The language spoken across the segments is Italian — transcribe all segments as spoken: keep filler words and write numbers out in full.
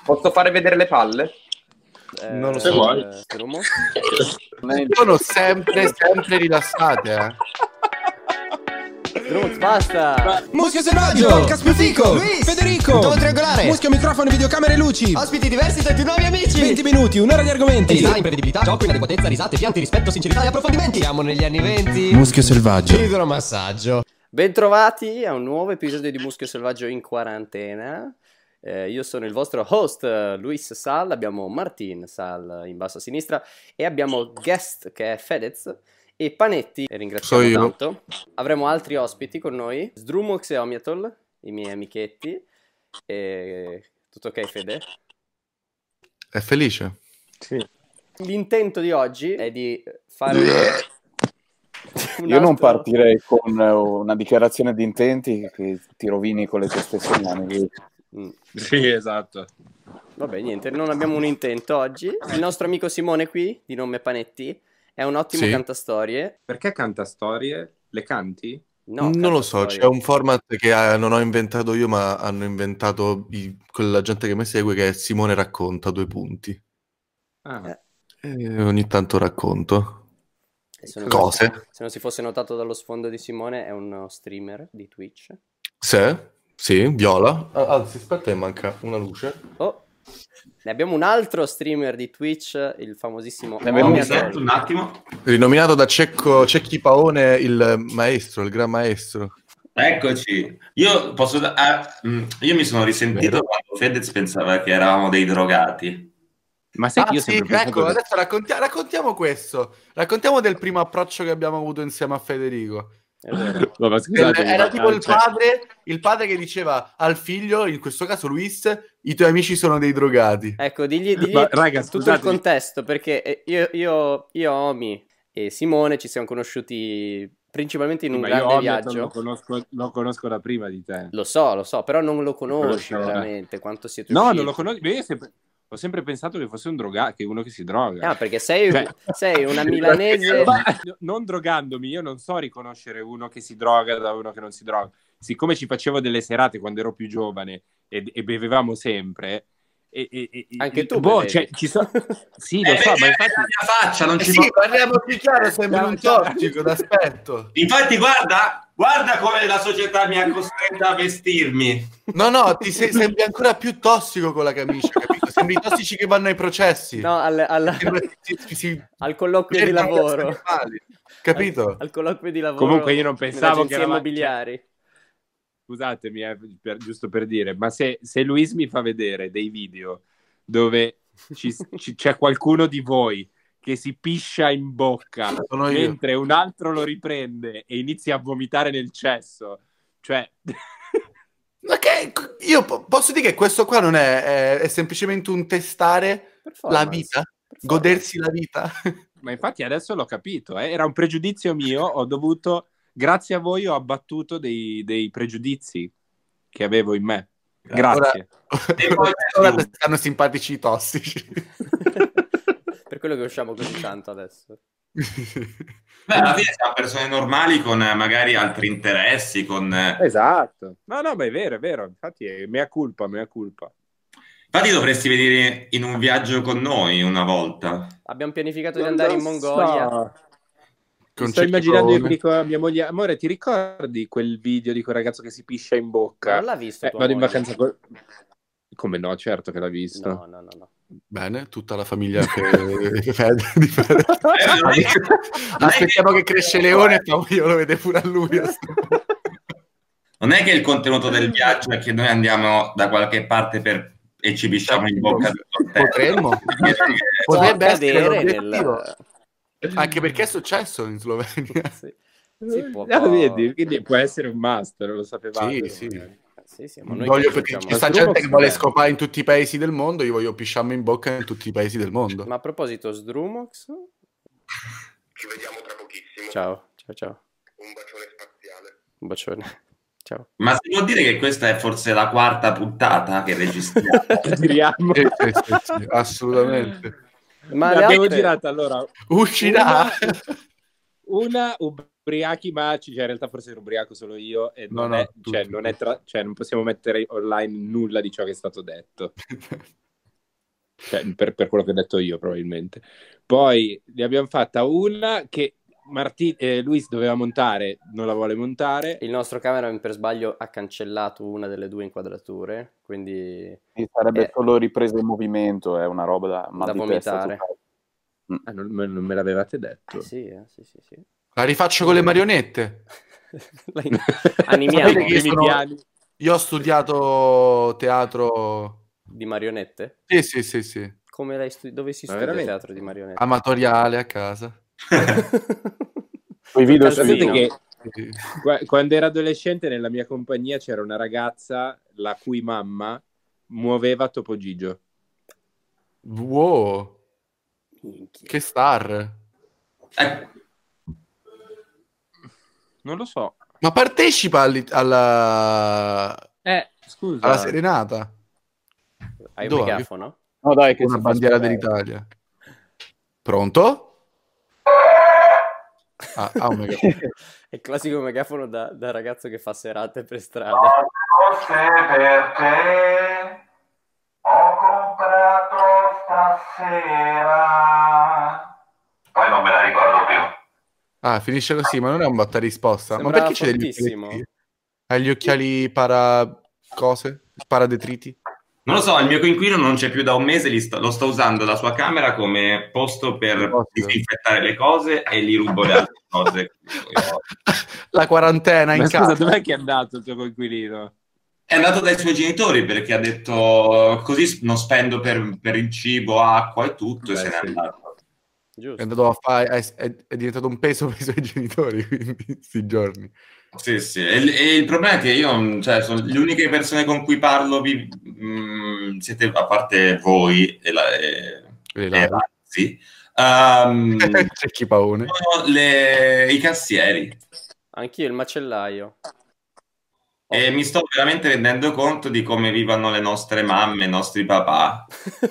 Posso fare vedere le palle? Eh, non lo so. Eh, sono sempre, sempre rilassate, eh. Struz, basta! Muschio selvaggio, Caspio Fico, Luis, Federico, Don Triangolare, Muschio microfono, videocamere e luci, ospiti diversi, tanti nuovi amici, venti minuti, un'ora di argomenti, design, imprevedibilità, gioco, inadeguatezza, risate, pianti, rispetto, sincerità e approfondimenti. Siamo negli anni venti. Muschio selvaggio, idromassaggio. Bentrovati a un nuovo episodio di Muschio selvaggio in quarantena. Eh, io sono il vostro host Luis Sal, abbiamo Martin Sal in basso a sinistra e abbiamo guest che è Fedez e Panetti, e ringraziamo tanto. Avremo altri ospiti con noi, Sdrumox e Omiatol, i miei amichetti. E... tutto ok, Fede? È felice? Sì. L'intento di oggi è di fare un Io non altro... partirei con una dichiarazione di intenti che ti rovini con le tue stesse mani. Mm. Sì, esatto. Vabbè, niente, non abbiamo un intento oggi. Il nostro amico Simone qui, di nome Panetti, è un ottimo Sì. cantastorie. Perché canta storie? Le canti? No, non lo so, cantastorie. c'è un format che eh, non ho inventato io, ma hanno inventato i- quella gente che mi segue, che è Simone racconta due punti. Ah. Eh. E ogni tanto racconto E se non, cose. se non si fosse notato dallo sfondo di Simone, è uno streamer di Twitch. Sì, sì, viola. Ah, anzi, aspetta, mi manca una luce. Oh, ne abbiamo un altro streamer di Twitch, il famosissimo Ne abbiamo Omiatol. un attimo. Rinominato da Cecco, Cecchi Paone, il maestro, il gran maestro. Eccoci. Io posso da- ah, mm, io mi sono risentito Vero. quando Fedez pensava che eravamo dei drogati. Ma sai che Ah io ho sì, sempre pensato ecco, che- adesso raccontia- raccontiamo questo. Raccontiamo del primo approccio che abbiamo avuto insieme a Federico. È vero. No, ma scusate, Era ma- tipo il cioè, padre, il padre che diceva al figlio, in questo caso Luis, i tuoi amici sono dei drogati. Ecco, digli, digli Ma, raga, tutto scusate. il contesto, perché eh, io, io, io, Omi e Simone ci siamo conosciuti principalmente in un ma io grande Omiaton viaggio. lo conosco, lo conosco da prima di te. Lo so, lo so, però non lo conosci conosco, eh. veramente, quanto siete No, usciti. non lo conosco. Io ho sempre, ho sempre pensato che fosse un drogato, che uno che si droga. Ah, perché sei, Cioè- sei una milanese... Ma, non drogandomi, io non so riconoscere uno che si droga da uno che non si droga. Siccome ci facevo delle serate quando ero più giovane e, e bevevamo sempre, e, e, e- Anche tu boh, bevevi. cioè, ci so... sì, lo so, ma infatti la mia faccia non Eh ci sì, può- parliamo più chiaro, sembra un tossico, d'aspetto. Infatti guarda, guarda come la società mi ha costretto a vestirmi. No, no, ti se- sembri ancora più tossico con la camicia, capito? Sembri i tossici che vanno ai processi. No, al, al- Sembra che si- si- si- al colloquio di cercano lavoro. di stare male, capito? Al, al colloquio di lavoro. Comunque io non pensavo nelle che agenzie eravate- immobiliari. scusatemi, eh, per- giusto per dire, ma se, se Luis mi fa vedere dei video dove ci- ci- c'è qualcuno di voi che si piscia in bocca Sono io. mentre un altro lo riprende e inizia a vomitare nel cesso, cioè Ma che io po- posso dire che questo qua non è, è, è semplicemente un testare la vita, godersi la vita. ma infatti adesso l'ho capito, eh, era un pregiudizio mio, ho dovuto, grazie a voi ho abbattuto dei, dei pregiudizi che avevo in me. Grazie. E poi- Ora ti stanno simpatici i tossici. Per quello che usciamo così tanto adesso. Beh, alla fine siamo persone normali con eh, magari altri interessi, con... eh, Esatto. No, no, ma è vero, è vero. Infatti è mea culpa, mea culpa. Infatti dovresti venire in un viaggio con noi una volta. Abbiamo pianificato di andare in Mongolia. Con Sto Cecchi immaginando io che Paone. dico a mia moglie, amore, ti ricordi quel video di quel ragazzo che si piscia in Ma bocca? non l'ha visto Eh, tua vado in moglie? vacanza con... Come no, certo che l'ha visto. No, no, no, no. Bene, tutta la famiglia che, che Fede, di Fede. Eh, non è che- Aspettiamo che cresce Leone e poi io lo vedo pure a lui. Non è che il contenuto del viaggio è che noi andiamo da qualche parte per... e ci pisciamo in bocca tutto il tempo. Potremmo. Può Potrebbe essere accadere l'obiettivo. nel... Anche perché è successo in Slovenia. Sì. Sì, può- Ah, può- vedi, quindi può essere un master, lo sapevate. Sì, sì. magari. Sì, sì, ma noi Voglio che perché facciamo? ci sta Sdrumox gente che vuole beh. scopare in tutti i paesi del mondo, io voglio pisciarmi in bocca in tutti i paesi del mondo. Ma a proposito, Sdrumox? Ci vediamo tra pochissimo. Ciao, ciao, ciao. Un bacione spaziale. Un bacione. Ciao. Ma si può dire che questa è forse la quarta puntata che registriamo? Giriamo. Sì, sì, sì, sì, assolutamente. Ma le L'abbiamo altre... girata allora. Uscirà. Una, una ubriachi maci, cioè in realtà forse ero ubriaco solo io e No, non, no, è, tutti. cioè, non, è tra- cioè, non possiamo mettere online nulla di ciò che è stato detto. Cioè, per, per quello che ho detto io, probabilmente. Poi ne abbiamo fatta una che Marti- eh, Luis doveva montare, non la vuole montare. Il nostro cameraman per sbaglio ha cancellato una delle due inquadrature, quindi E sarebbe è solo ripresa in movimento, è una roba da mal da di testa vomitare. totale. Ah, non, me- non me l'avevate detto. Eh sì, eh, sì, sì, sì. La rifaccio con le marionette. La in- Animiamo Sapete che io, Primi sono- piani. io ho studiato teatro. di marionette? Sì, sì, sì, sì. Come l'hai studi- Dove si Ma studia veramente? teatro di marionette? Amatoriale a casa. Quei video su Calzino. Sapete YouTube. che Sì. qua- quando ero adolescente nella mia compagnia c'era una ragazza la cui mamma muoveva Topo Gigio. Wow, Minchia. che star. Eh, Non lo so. Ma partecipa alli- alla... Eh, scusa. alla serenata. Hai un Dove? megafono? No dai, che Una si fa bandiera sparare. dell'Italia. Pronto? Ah, ah, un megafono. È il classico megafono da, da ragazzo che fa serate per strada. Forse per te ho comprato stasera. Poi non me la ricordo più. Ah, finisce così, ma non è un botta risposta. Ma Sembrava perché c'è degli fortissimo. occhiali? Hai gli occhiali para... cose? Paradetriti? non lo so, il mio coinquilino non c'è più da un mese, li sto- lo sto usando la sua camera come posto per Posto. disinfettare le cose e gli rubo le altre cose. La quarantena in Ma scusa, casa. dov'è che è andato il tuo coinquilino? È andato dai suoi genitori perché ha detto così non spendo per, per il cibo, acqua e tutto, e Beh, se n'è sì. andato. È, Giusto. andato a fare, è, è- è diventato un peso per i suoi genitori, quindi, sti giorni. Sì, sì. E, e il problema è che io, cioè, sono le uniche persone con cui parlo, vi, mh, siete, a parte voi e, la, e, E e là. Razzi, ehm, C'è chi paone. sono le- i cassieri. Anch'io il macellaio. E mi sto veramente rendendo conto di come vivono le nostre mamme, i nostri papà.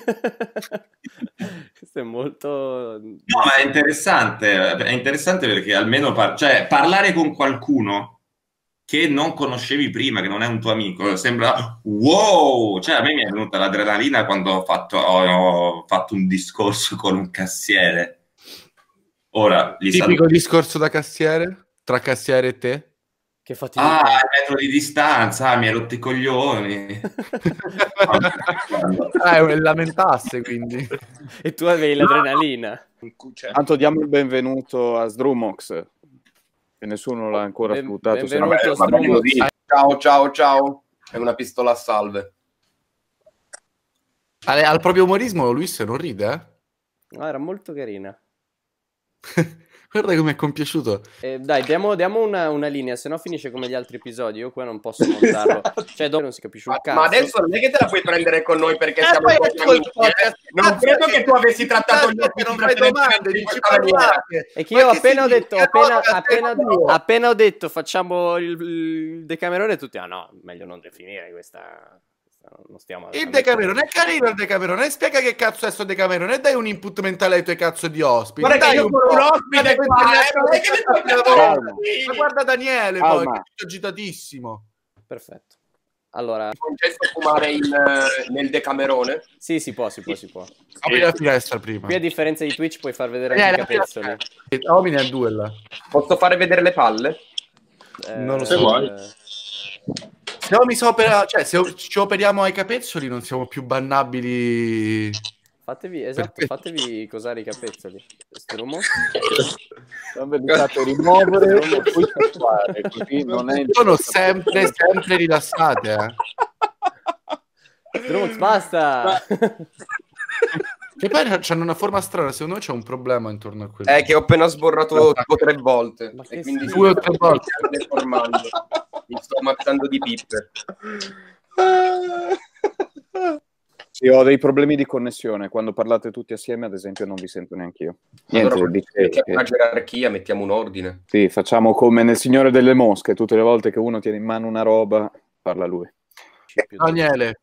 Questo è molto... No, ma è interessante, è interessante perché almeno par- cioè, parlare con qualcuno che non conoscevi prima, che non è un tuo amico, sembra wow! Cioè, a me mi è venuta l'adrenalina quando ho fatto, ho, ho fatto un discorso con un cassiere. Ora, li Tipico saluto. discorso da cassiere? Tra cassiere e te? Che fatica. Ah, il metro di distanza, ah, mi hai rotto i coglioni. Ah, è un lamentasse, quindi. E tu avevi l'adrenalina. Tanto diamo il benvenuto a Sdrumox, che nessuno l'ha ancora Ben- sfruttato. se no- benvenuto, va bene Sdrumox. così. Ciao, ciao, ciao. È una pistola a salve. Al, al proprio umorismo Luis non ride, eh? No, era molto carina. Guarda come è compiaciuto. Eh, dai, diamo, diamo una, una linea, se no finisce come gli altri episodi. Io qua non posso montarlo. Cioè, dopo non si capisce un Ma, cazzo. ma adesso non è che te la puoi prendere con noi perché Eh, siamo poi un po' ecco il amici, eh. podcast. Non Cazzo, credo perché- che tu avessi trattato gli Cazzo, ospiti che non fai precedentemente domande, in dici questa maniera. cavolate. E che io Ma che appena ho significa? detto, appena, Podcast appena, è tuo. appena ho detto facciamo il, il Decamerone, tutti, ah no, meglio non definire questa, questa non stiamo... Il Decamerone è carino, il Decamerone. Spiega che cazzo è sto Decamerone e dai un input mentale ai tuoi cazzo di ospiti. Guarda che Dai io un sono po'. un ospite Guarda qua, quel eh, non è che mi sto telefono. Calma. Ma guarda Daniele poi, Calma. che è tutto agitatissimo. Perfetto. Allora, Ti concesso fumare in, eh, nel Decamerone? sì, si può, si può, si può. Apri la finestra prima. Qui a differenza di Twitch puoi far vedere Eh, anche i la capezzoli. finestra. Uomini a due là. Posso fare vedere le palle? Eh, Non lo so. Se vuoi. eh, Se no mi si opera, cioè se ci operiamo ai capezzoli non siamo più bannabili. Fatevi, esatto, Perfetto. fatevi cosare i capezzoli. Strumo? Non vedete rimuovere e poi tatuare, così non è Sono sempre, sempre rilassate, eh. Strumo, basta! Che poi hanno una forma strana, secondo me c'è un problema intorno a quello. È che ho appena sborrato tipo tre volte. Ma E che quindi schifo. Due o tre volte. sto deformando. Mi sto ammazzando di pippe. Sì, ho dei problemi di connessione. Quando parlate tutti assieme, ad esempio, non vi sento neanche io. Niente, Allora, dicevo mettiamo che- una gerarchia, mettiamo un ordine. sì, facciamo come nel Signore delle Mosche, tutte le volte che uno tiene in mano una roba, parla lui. Daniele,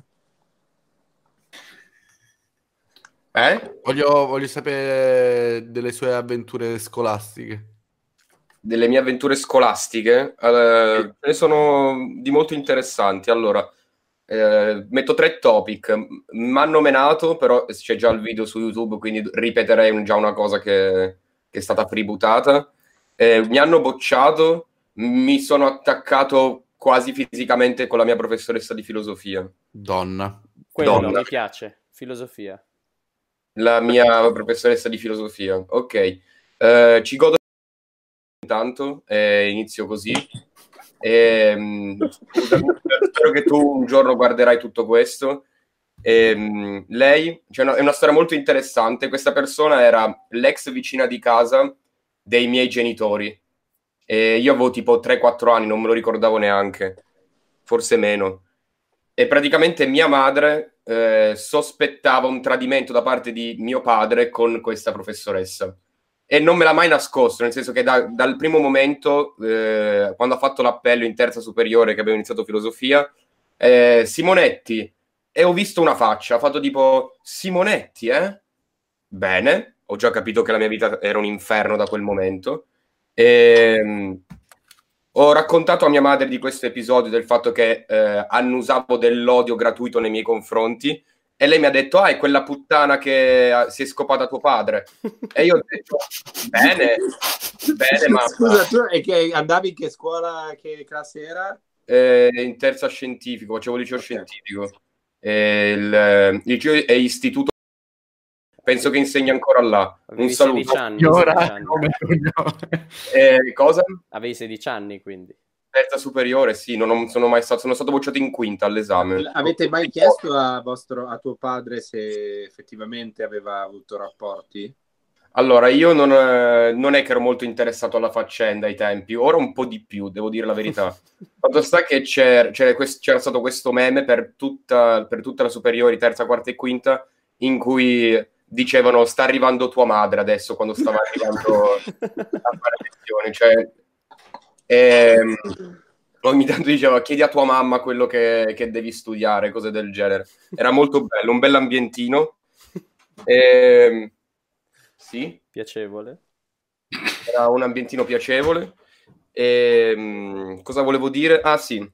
Eh? voglio, voglio sapere delle sue avventure scolastiche. Delle mie avventure scolastiche, eh, ce ne sono di molto interessanti. Allora, Eh, metto tre topic. Mi hanno menato, però c'è già il video su YouTube, quindi ripeterei già una cosa che, che è stata freebootata. Eh, mi hanno bocciato, mi sono attaccato quasi fisicamente con la mia professoressa di filosofia. Donna. Quello Donna. mi piace, filosofia. La mia professoressa di filosofia. Ok. Eh, ci godo intanto, eh, inizio così. E, spero che tu un giorno guarderai tutto questo. E, lei, cioè, no, è una storia molto interessante. Questa persona era l'ex vicina di casa dei miei genitori. E io avevo tipo tre quattro anni, non me lo ricordavo neanche, forse meno. E praticamente mia madre eh, sospettava un tradimento da parte di mio padre con questa professoressa. E non me l'ha mai nascosto, nel senso che da, dal primo momento, eh, quando ha fatto l'appello in terza superiore, che abbiamo iniziato filosofia, eh, Simonetti, e ho visto una faccia, ha fatto tipo, Simonetti, eh? Bene, ho già capito che la mia vita era un inferno da quel momento. E, ho raccontato a mia madre di questo episodio, del fatto che eh, annusavo dell'odio gratuito nei miei confronti, e lei mi ha detto, ah, è quella puttana che si è scopata tuo padre. E io ho detto, bene, bene, ma... Scusa, tu è che andavi in che scuola, che classe era? Eh, in terza scientifico, facevo liceo okay. scientifico. Eh, il, il liceo è istituto, penso che insegni ancora là. Avevi un saluto. sedici anni, sedici anni. Eh, cosa? Avevi sedici anni, quindi. Terza superiore, sì, non, non sono mai stato, sono stato bocciato in quinta all'esame. Avete mai chiesto a, vostro, a tuo padre se effettivamente aveva avuto rapporti? Allora, io non, eh, non è che ero molto interessato alla faccenda ai tempi, ora un po' di più, devo dire la verità. Fatto sta che c'era, c'era, quest, c'era stato questo meme per tutta, per tutta la superiori, terza, quarta e quinta, in cui dicevano sta arrivando tua madre adesso, quando stava arrivando a fare lezioni, cioè... Ehm, ogni tanto diceva chiedi a tua mamma quello che, che devi studiare, cose del genere. Era molto bello, un bell'ambientino. Ehm, sì, piacevole. Era un ambientino piacevole. Ehm, cosa volevo dire? Ah sì,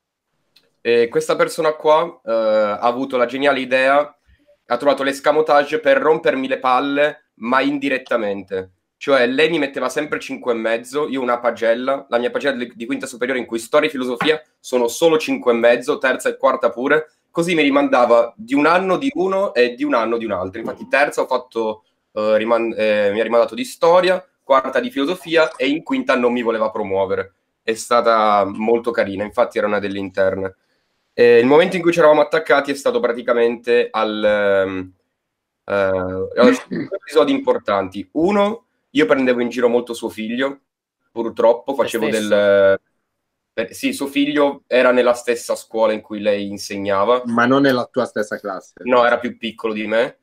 e questa persona qua eh, ha avuto la geniale idea, ha trovato l'escamotage per rompermi le palle, ma indirettamente. Cioè, lei mi metteva sempre cinque e mezzo, io una pagella, la mia pagella di quinta superiore in cui storia e filosofia sono solo cinque e mezzo, terza e quarta pure, così mi rimandava di un anno di uno e di un anno di un altro. Infatti terza ho fatto, eh, riman- eh, mi ha rimandato di storia, quarta di filosofia e in quinta non mi voleva promuovere. È stata molto carina, infatti era una delle interne. E il momento in cui ci eravamo attaccati è stato praticamente al... Uh, allora, due episodi importanti. Uno, io prendevo in giro molto suo figlio, purtroppo facevo del... Eh, sì, suo figlio era nella stessa scuola in cui lei insegnava. Ma non nella tua stessa classe? No, era più piccolo di me.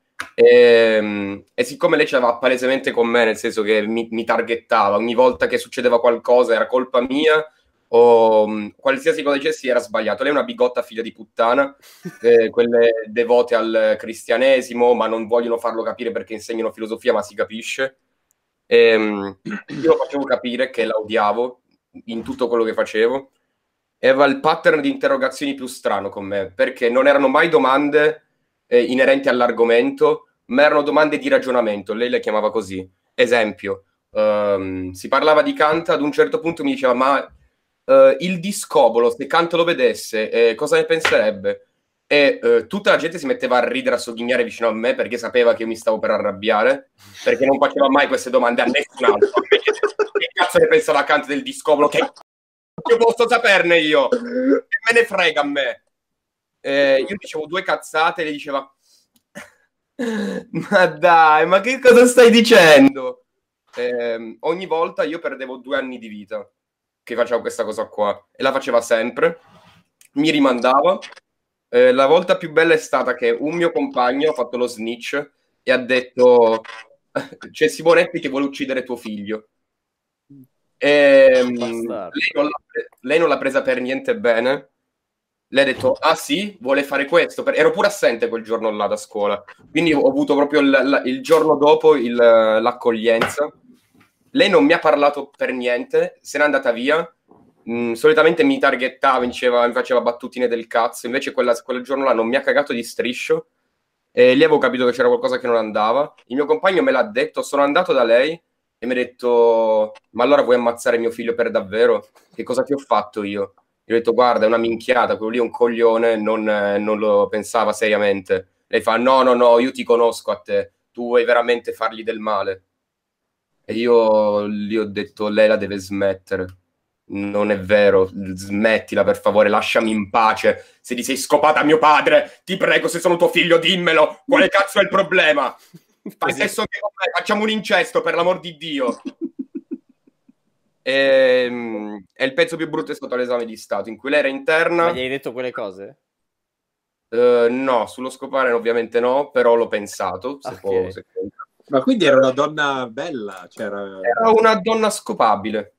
E, e siccome lei ce l'aveva palesemente con me, nel senso che mi, mi targettava, ogni volta che succedeva qualcosa era colpa mia, o um, qualsiasi cosa dicessi era sbagliato. Lei è una bigotta figlia di puttana, eh, quelle devote al cristianesimo, ma non vogliono farlo capire perché insegnano filosofia, ma si capisce. E, um, io facevo capire che la odiavo in tutto quello che facevo, e aveva il pattern di interrogazioni più strano con me, perché non erano mai domande eh, inerenti all'argomento, ma erano domande di ragionamento. Lei le chiamava così. Esempio, um, si parlava di Kant, ad un certo punto mi diceva ma Uh, il discobolo, se Kant lo vedesse, eh, cosa ne penserebbe? E uh, tutta la gente si metteva a ridere, a sogghignare vicino a me, perché sapeva che io mi stavo per arrabbiare, perché non faceva mai queste domande a nessun altro. Che cazzo ne pensava Kant del discobolo? Che io posso saperne io? Che me ne frega a me? Eh, io dicevo due cazzate e lei diceva ma dai, ma che cosa stai dicendo? Eh, ogni volta io perdevo due anni di vita che faceva questa cosa qua, e la faceva sempre, mi rimandava. Eh, la volta più bella è stata che un mio compagno ha fatto lo snitch e ha detto c'è Simonetti che vuole uccidere tuo figlio. E, lei, non lei non l'ha presa per niente bene. Lei ha detto ah sì, vuole fare questo. Ero pure assente quel giorno là da scuola, quindi ho avuto proprio il, il giorno dopo il, l'accoglienza. Lei non mi ha parlato per niente, se n'è andata via, mh, solitamente mi targettava, mi, diceva, mi faceva battutine del cazzo, invece quella, quel giorno là non mi ha cagato di striscio, e lì avevo capito che c'era qualcosa che non andava. Il mio compagno me l'ha detto, sono andato da lei e mi ha detto: ma allora vuoi ammazzare mio figlio per davvero? Che cosa ti ho fatto io? Gli ho detto: guarda, è una minchiata, quello lì è un coglione, non, eh, non lo pensava seriamente. Lei fa: no, no, no, io ti conosco a te, tu vuoi veramente fargli del male. E io gli ho detto: lei la deve smettere. Non è vero, smettila per favore, lasciami in pace. Se ti sei scopata a mio padre, ti prego, se sono tuo figlio dimmelo. Quale cazzo è il problema? Fai sesso anche con me, facciamo un incesto, per l'amor di Dio. E, e il pezzo più brutto è stato l'esame di Stato, in cui lei era interna. Ma gli hai detto quelle cose? Uh, no, sullo scopare ovviamente no, però l'ho pensato. Se Ok. può, se può. Ma quindi era una donna bella? C'era... Era una donna scopabile.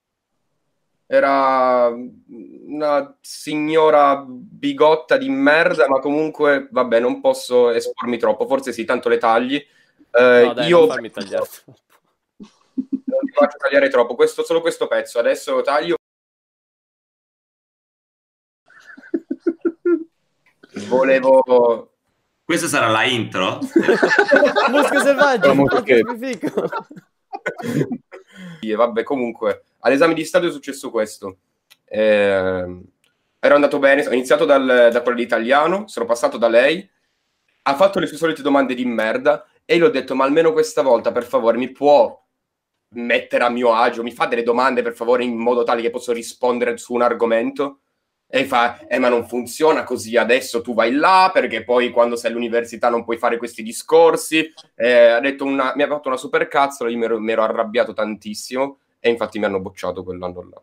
Era una signora bigotta di merda, ma comunque, vabbè, non posso espormi troppo, forse sì, tanto le tagli. Eh, No, dai, io non farmi tagliare troppo. non ti faccio tagliare troppo, questo, solo questo pezzo, adesso lo taglio. Volevo... Questa sarà la intro? Muschio selvaggio, La musichetta. fico. E vabbè, comunque, all'esame di Stato è successo questo. Eh, ero andato bene, ho iniziato dal, da quello di italiano, sono passato da lei, ha fatto le sue solite domande di merda e io le ho detto: ma almeno questa volta, per favore, mi può mettere a mio agio, mi fa delle domande, per favore, in modo tale che posso rispondere su un argomento? E fa: eh, ma non funziona così, adesso tu vai là, perché poi quando sei all'università non puoi fare questi discorsi. Eh, ha detto una, mi ha fatto una super cazzola, io mi ero, mi ero arrabbiato tantissimo e infatti mi hanno bocciato quell'anno là.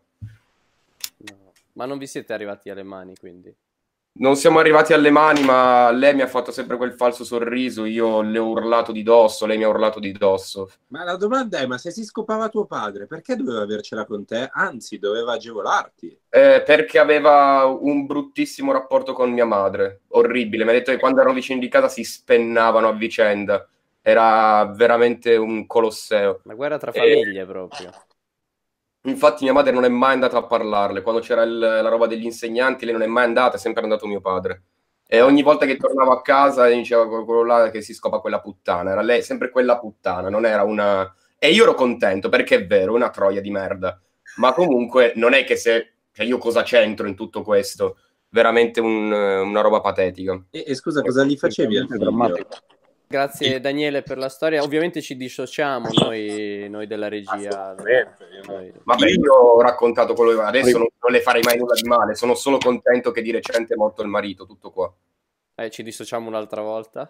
No. Ma non vi siete arrivati alle mani, quindi? Non siamo arrivati alle mani, ma lei mi ha fatto sempre quel falso sorriso, io le ho urlato di dosso, lei mi ha urlato di dosso. Ma la domanda è: ma se si scopava tuo padre, perché doveva avercela con te? Anzi, doveva agevolarti. Eh, perché aveva un bruttissimo rapporto con mia madre, orribile. Mi ha detto che quando erano vicini di casa si spennavano a vicenda. Era veramente un colosseo. Una guerra tra E- famiglie proprio. Infatti mia madre non è mai andata a parlarle. Quando c'era il- la roba degli insegnanti, lei non è mai andata, è sempre andato mio padre. E ogni volta che tornavo a casa diceva quello là che si scopa quella puttana. Era lei, sempre quella puttana, non era una... E io ero contento, perché è vero, una troia di merda. Ma comunque non è che se... Cioè io cosa c'entro in tutto questo? Veramente un- una roba patetica. E, e scusa, cosa gli facevi al È figlio? drammatico. Grazie Daniele per la storia. Ovviamente ci dissociamo noi, noi della regia. Noi- Vabbè, io ho raccontato quello che... Adesso non, non le farei mai nulla di male. Sono solo contento che di recente è morto il marito, tutto qua. Eh, ci dissociamo un'altra volta?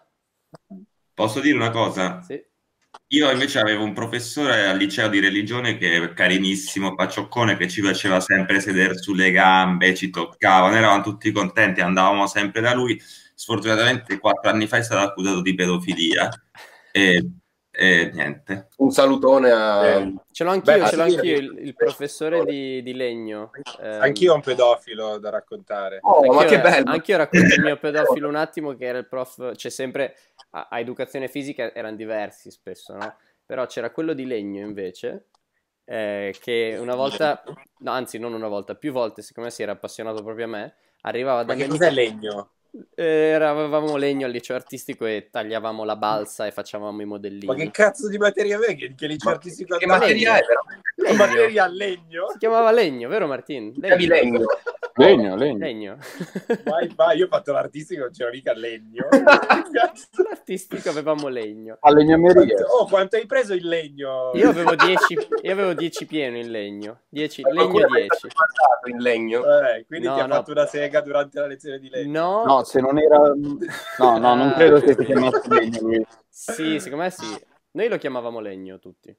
Posso dire una cosa? Sì. Io invece avevo un professore al liceo di religione che è carinissimo, paccioccone, che ci faceva sempre sedere sulle gambe, ci toccava, noi eravamo tutti contenti, andavamo sempre da lui. Sfortunatamente quattro anni fa è stato accusato di pedofilia e, e niente. Un salutone a... Eh, Ce l'ho anch'io, Beh, ce l'ho sì, anch'io, sì. il, il professore di, di Legno. Ehm, Anch'io ho un pedofilo da raccontare. Oh, ma Anch'io, che bello! anch'io racconto il mio pedofilo un attimo, che era il prof, c'è sempre, a, a educazione fisica erano diversi spesso, no? Però c'era quello di Legno invece, eh, che una volta, no anzi non una volta, più volte, siccome si era appassionato proprio a me, arrivava da Ma che me. cos'è Legno? Eh, eravamo Legno al liceo artistico e tagliavamo la balsa e facevamo i modellini. Ma che cazzo di materia è? Che, che liceo Ma artistico che andavi? materia è veramente? Che Legno. materia a legno? Si chiamava Legno, vero Martin? Di legno. Legno, legno. Legno. Vai, vai, io ho fatto l'artistico, non c'era mica legno. L'artistico avevamo Legno. A legnameria. Oh, quanto hai preso il legno? Io avevo dieci, io avevo dieci pieno in legno. dieci, legno dieci. In legno. Eh, quindi No, ti ha no. fatto una sega durante la lezione di legno. No, No, se non era... No, no, non credo che si chiamasse legno lui. sì, secondo me sì. Noi lo chiamavamo Legno tutti.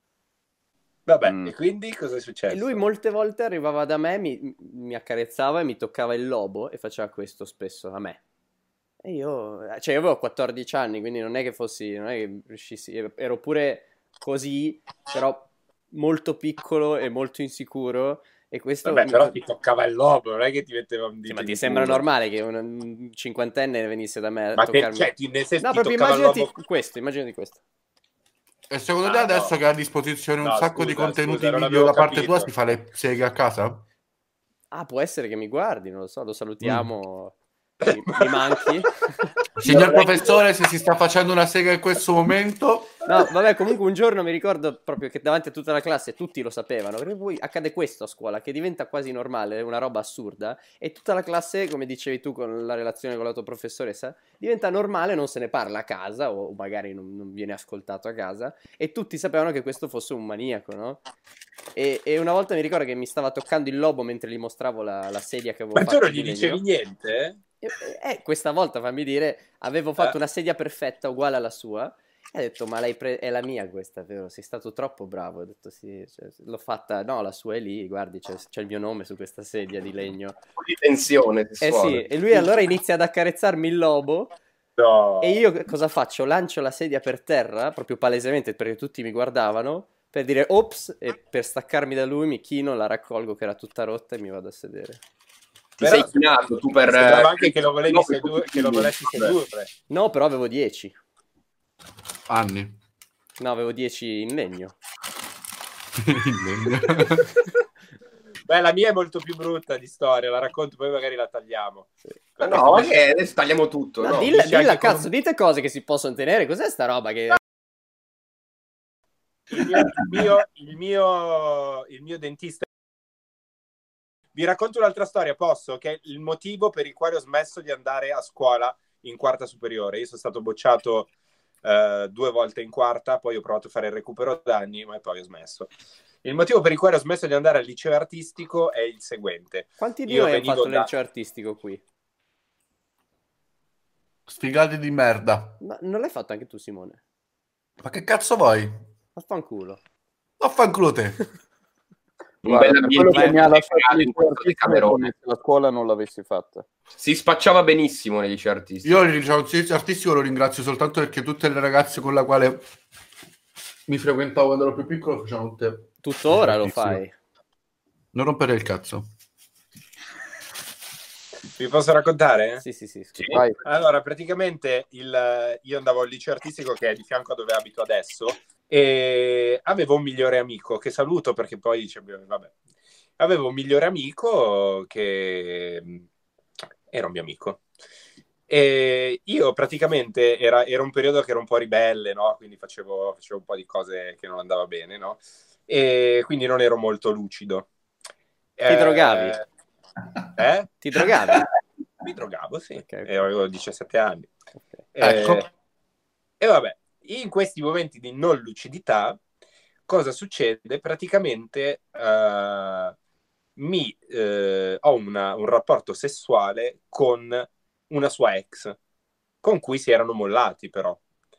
Vabbè, Mm. e quindi cosa è successo? E lui molte volte arrivava da me, mi, mi accarezzava e mi toccava il lobo e faceva questo spesso a me. E io, cioè io avevo quattordici anni, quindi non è che fossi, non è che riuscissi, ero pure così, però molto piccolo e molto insicuro. E questo Vabbè, mi- però ti toccava il lobo, non è che ti metteva un Sì, dito ma ti in sembra culo. normale che un, un cinquantenne venisse da me a Ma che, toccarmi? cioè, ti, nel senso, No, ti proprio toccava il immaginati lobo... questo, immaginati questo. E secondo Ah, te adesso no. che ha a disposizione un No, sacco di scusa, contenuti scusa, non video avevo da parte capito. tua si fa le seghe a casa? Ah, può essere che mi guardi, non lo so, lo salutiamo. Mm. Mi, mi manchi? Signor professore, se si sta facendo una sega in questo momento... No, vabbè, comunque un giorno mi ricordo proprio che davanti a tutta la classe tutti lo sapevano, perché poi accade questo a scuola, che diventa quasi normale, una roba assurda, e tutta la classe, come dicevi tu con la relazione con la tua professoressa, diventa normale, non se ne parla a casa, o magari non, non viene ascoltato a casa, e tutti sapevano che questo fosse un maniaco, no? E, e una volta mi ricordo che mi stava toccando il lobo mentre gli mostravo la, la sedia che avevo Ma fatto. tu non di gli legno. dicevi niente? E, e questa volta, fammi dire, avevo fatto Eh. una sedia perfetta, uguale alla sua, e ho detto, ma l'hai pre- è la mia questa, vero? Sei stato troppo bravo. Ho detto, sì, cioè, l'ho fatta, no, la sua è lì, guardi, c'è, c'è il mio nome su questa sedia di legno. Un po' di tensione Eh sessuale. sì, e lui allora inizia ad accarezzarmi il lobo, No. e io cosa faccio? Lancio la sedia per terra, proprio palesemente, perché tutti mi guardavano, per dire ops, e per staccarmi da lui mi chino, la raccolgo che era tutta rotta e mi vado a sedere. Ti Però- sei chinato tu per... Sembrava eh, anche che lo volevi no, sedu- che lo volessi sedurre. No, però avevo dieci. Anni. No, avevo dieci in legno. Beh, la mia è molto più brutta di storia, la racconto, poi magari la tagliamo. Ma no, ma che adesso tagliamo tutto, No, no? dilla, dici dilla anche cazzo, come- dite cose che si possono tenere. Cos'è sta roba che... Il mio, il mio, il mio, il mio dentista. Vi racconto un'altra storia, posso? Che è il motivo per il quale ho smesso di andare a scuola in quarta superiore. Io sono stato bocciato eh, due volte in quarta, poi ho provato a fare il recupero danni, ma poi ho smesso. Il motivo per il quale ho smesso di andare al liceo artistico è il seguente. Quanti di Io noi hanno venivo fatto da- nel liceo artistico qui? Sfigati di merda. Ma non l'hai fatto anche tu, Simone? Ma che cazzo vuoi? Affanculo. Vaffanculo te. Un Guarda, bel per quello ambiente che mi ha lasciato creato il in liceo questo artistico è come Decamerone. se la scuola non l'avessi fatta. Si spacciava benissimo negli licei artistici. Io il liceo artistico lo ringrazio soltanto perché tutte le ragazze con la quale mi frequentavo quando ero più piccolo facevano tutte... Tuttora lo artistico. fai. Non rompere il cazzo. Vi posso raccontare? Sì, sì, sì. Sì. Vai. Allora, praticamente il, io andavo al liceo artistico che è di fianco a dove abito adesso e avevo un migliore amico che saluto perché poi dice, vabbè, avevo un migliore amico che era un mio amico e io praticamente era, era un periodo che era un po' ribelle, no? Quindi facevo, facevo un po' di cose che non andava bene, no? E quindi non ero molto lucido. Ti drogavi? Eh? Ti drogavi? Mi drogavo, sì. Ok. E avevo diciassette anni. Ok. Ecco. Eh, e vabbè, in questi momenti di non lucidità, cosa succede? Praticamente eh, mi, eh, ho una- un rapporto sessuale con una sua ex, con cui si erano mollati però.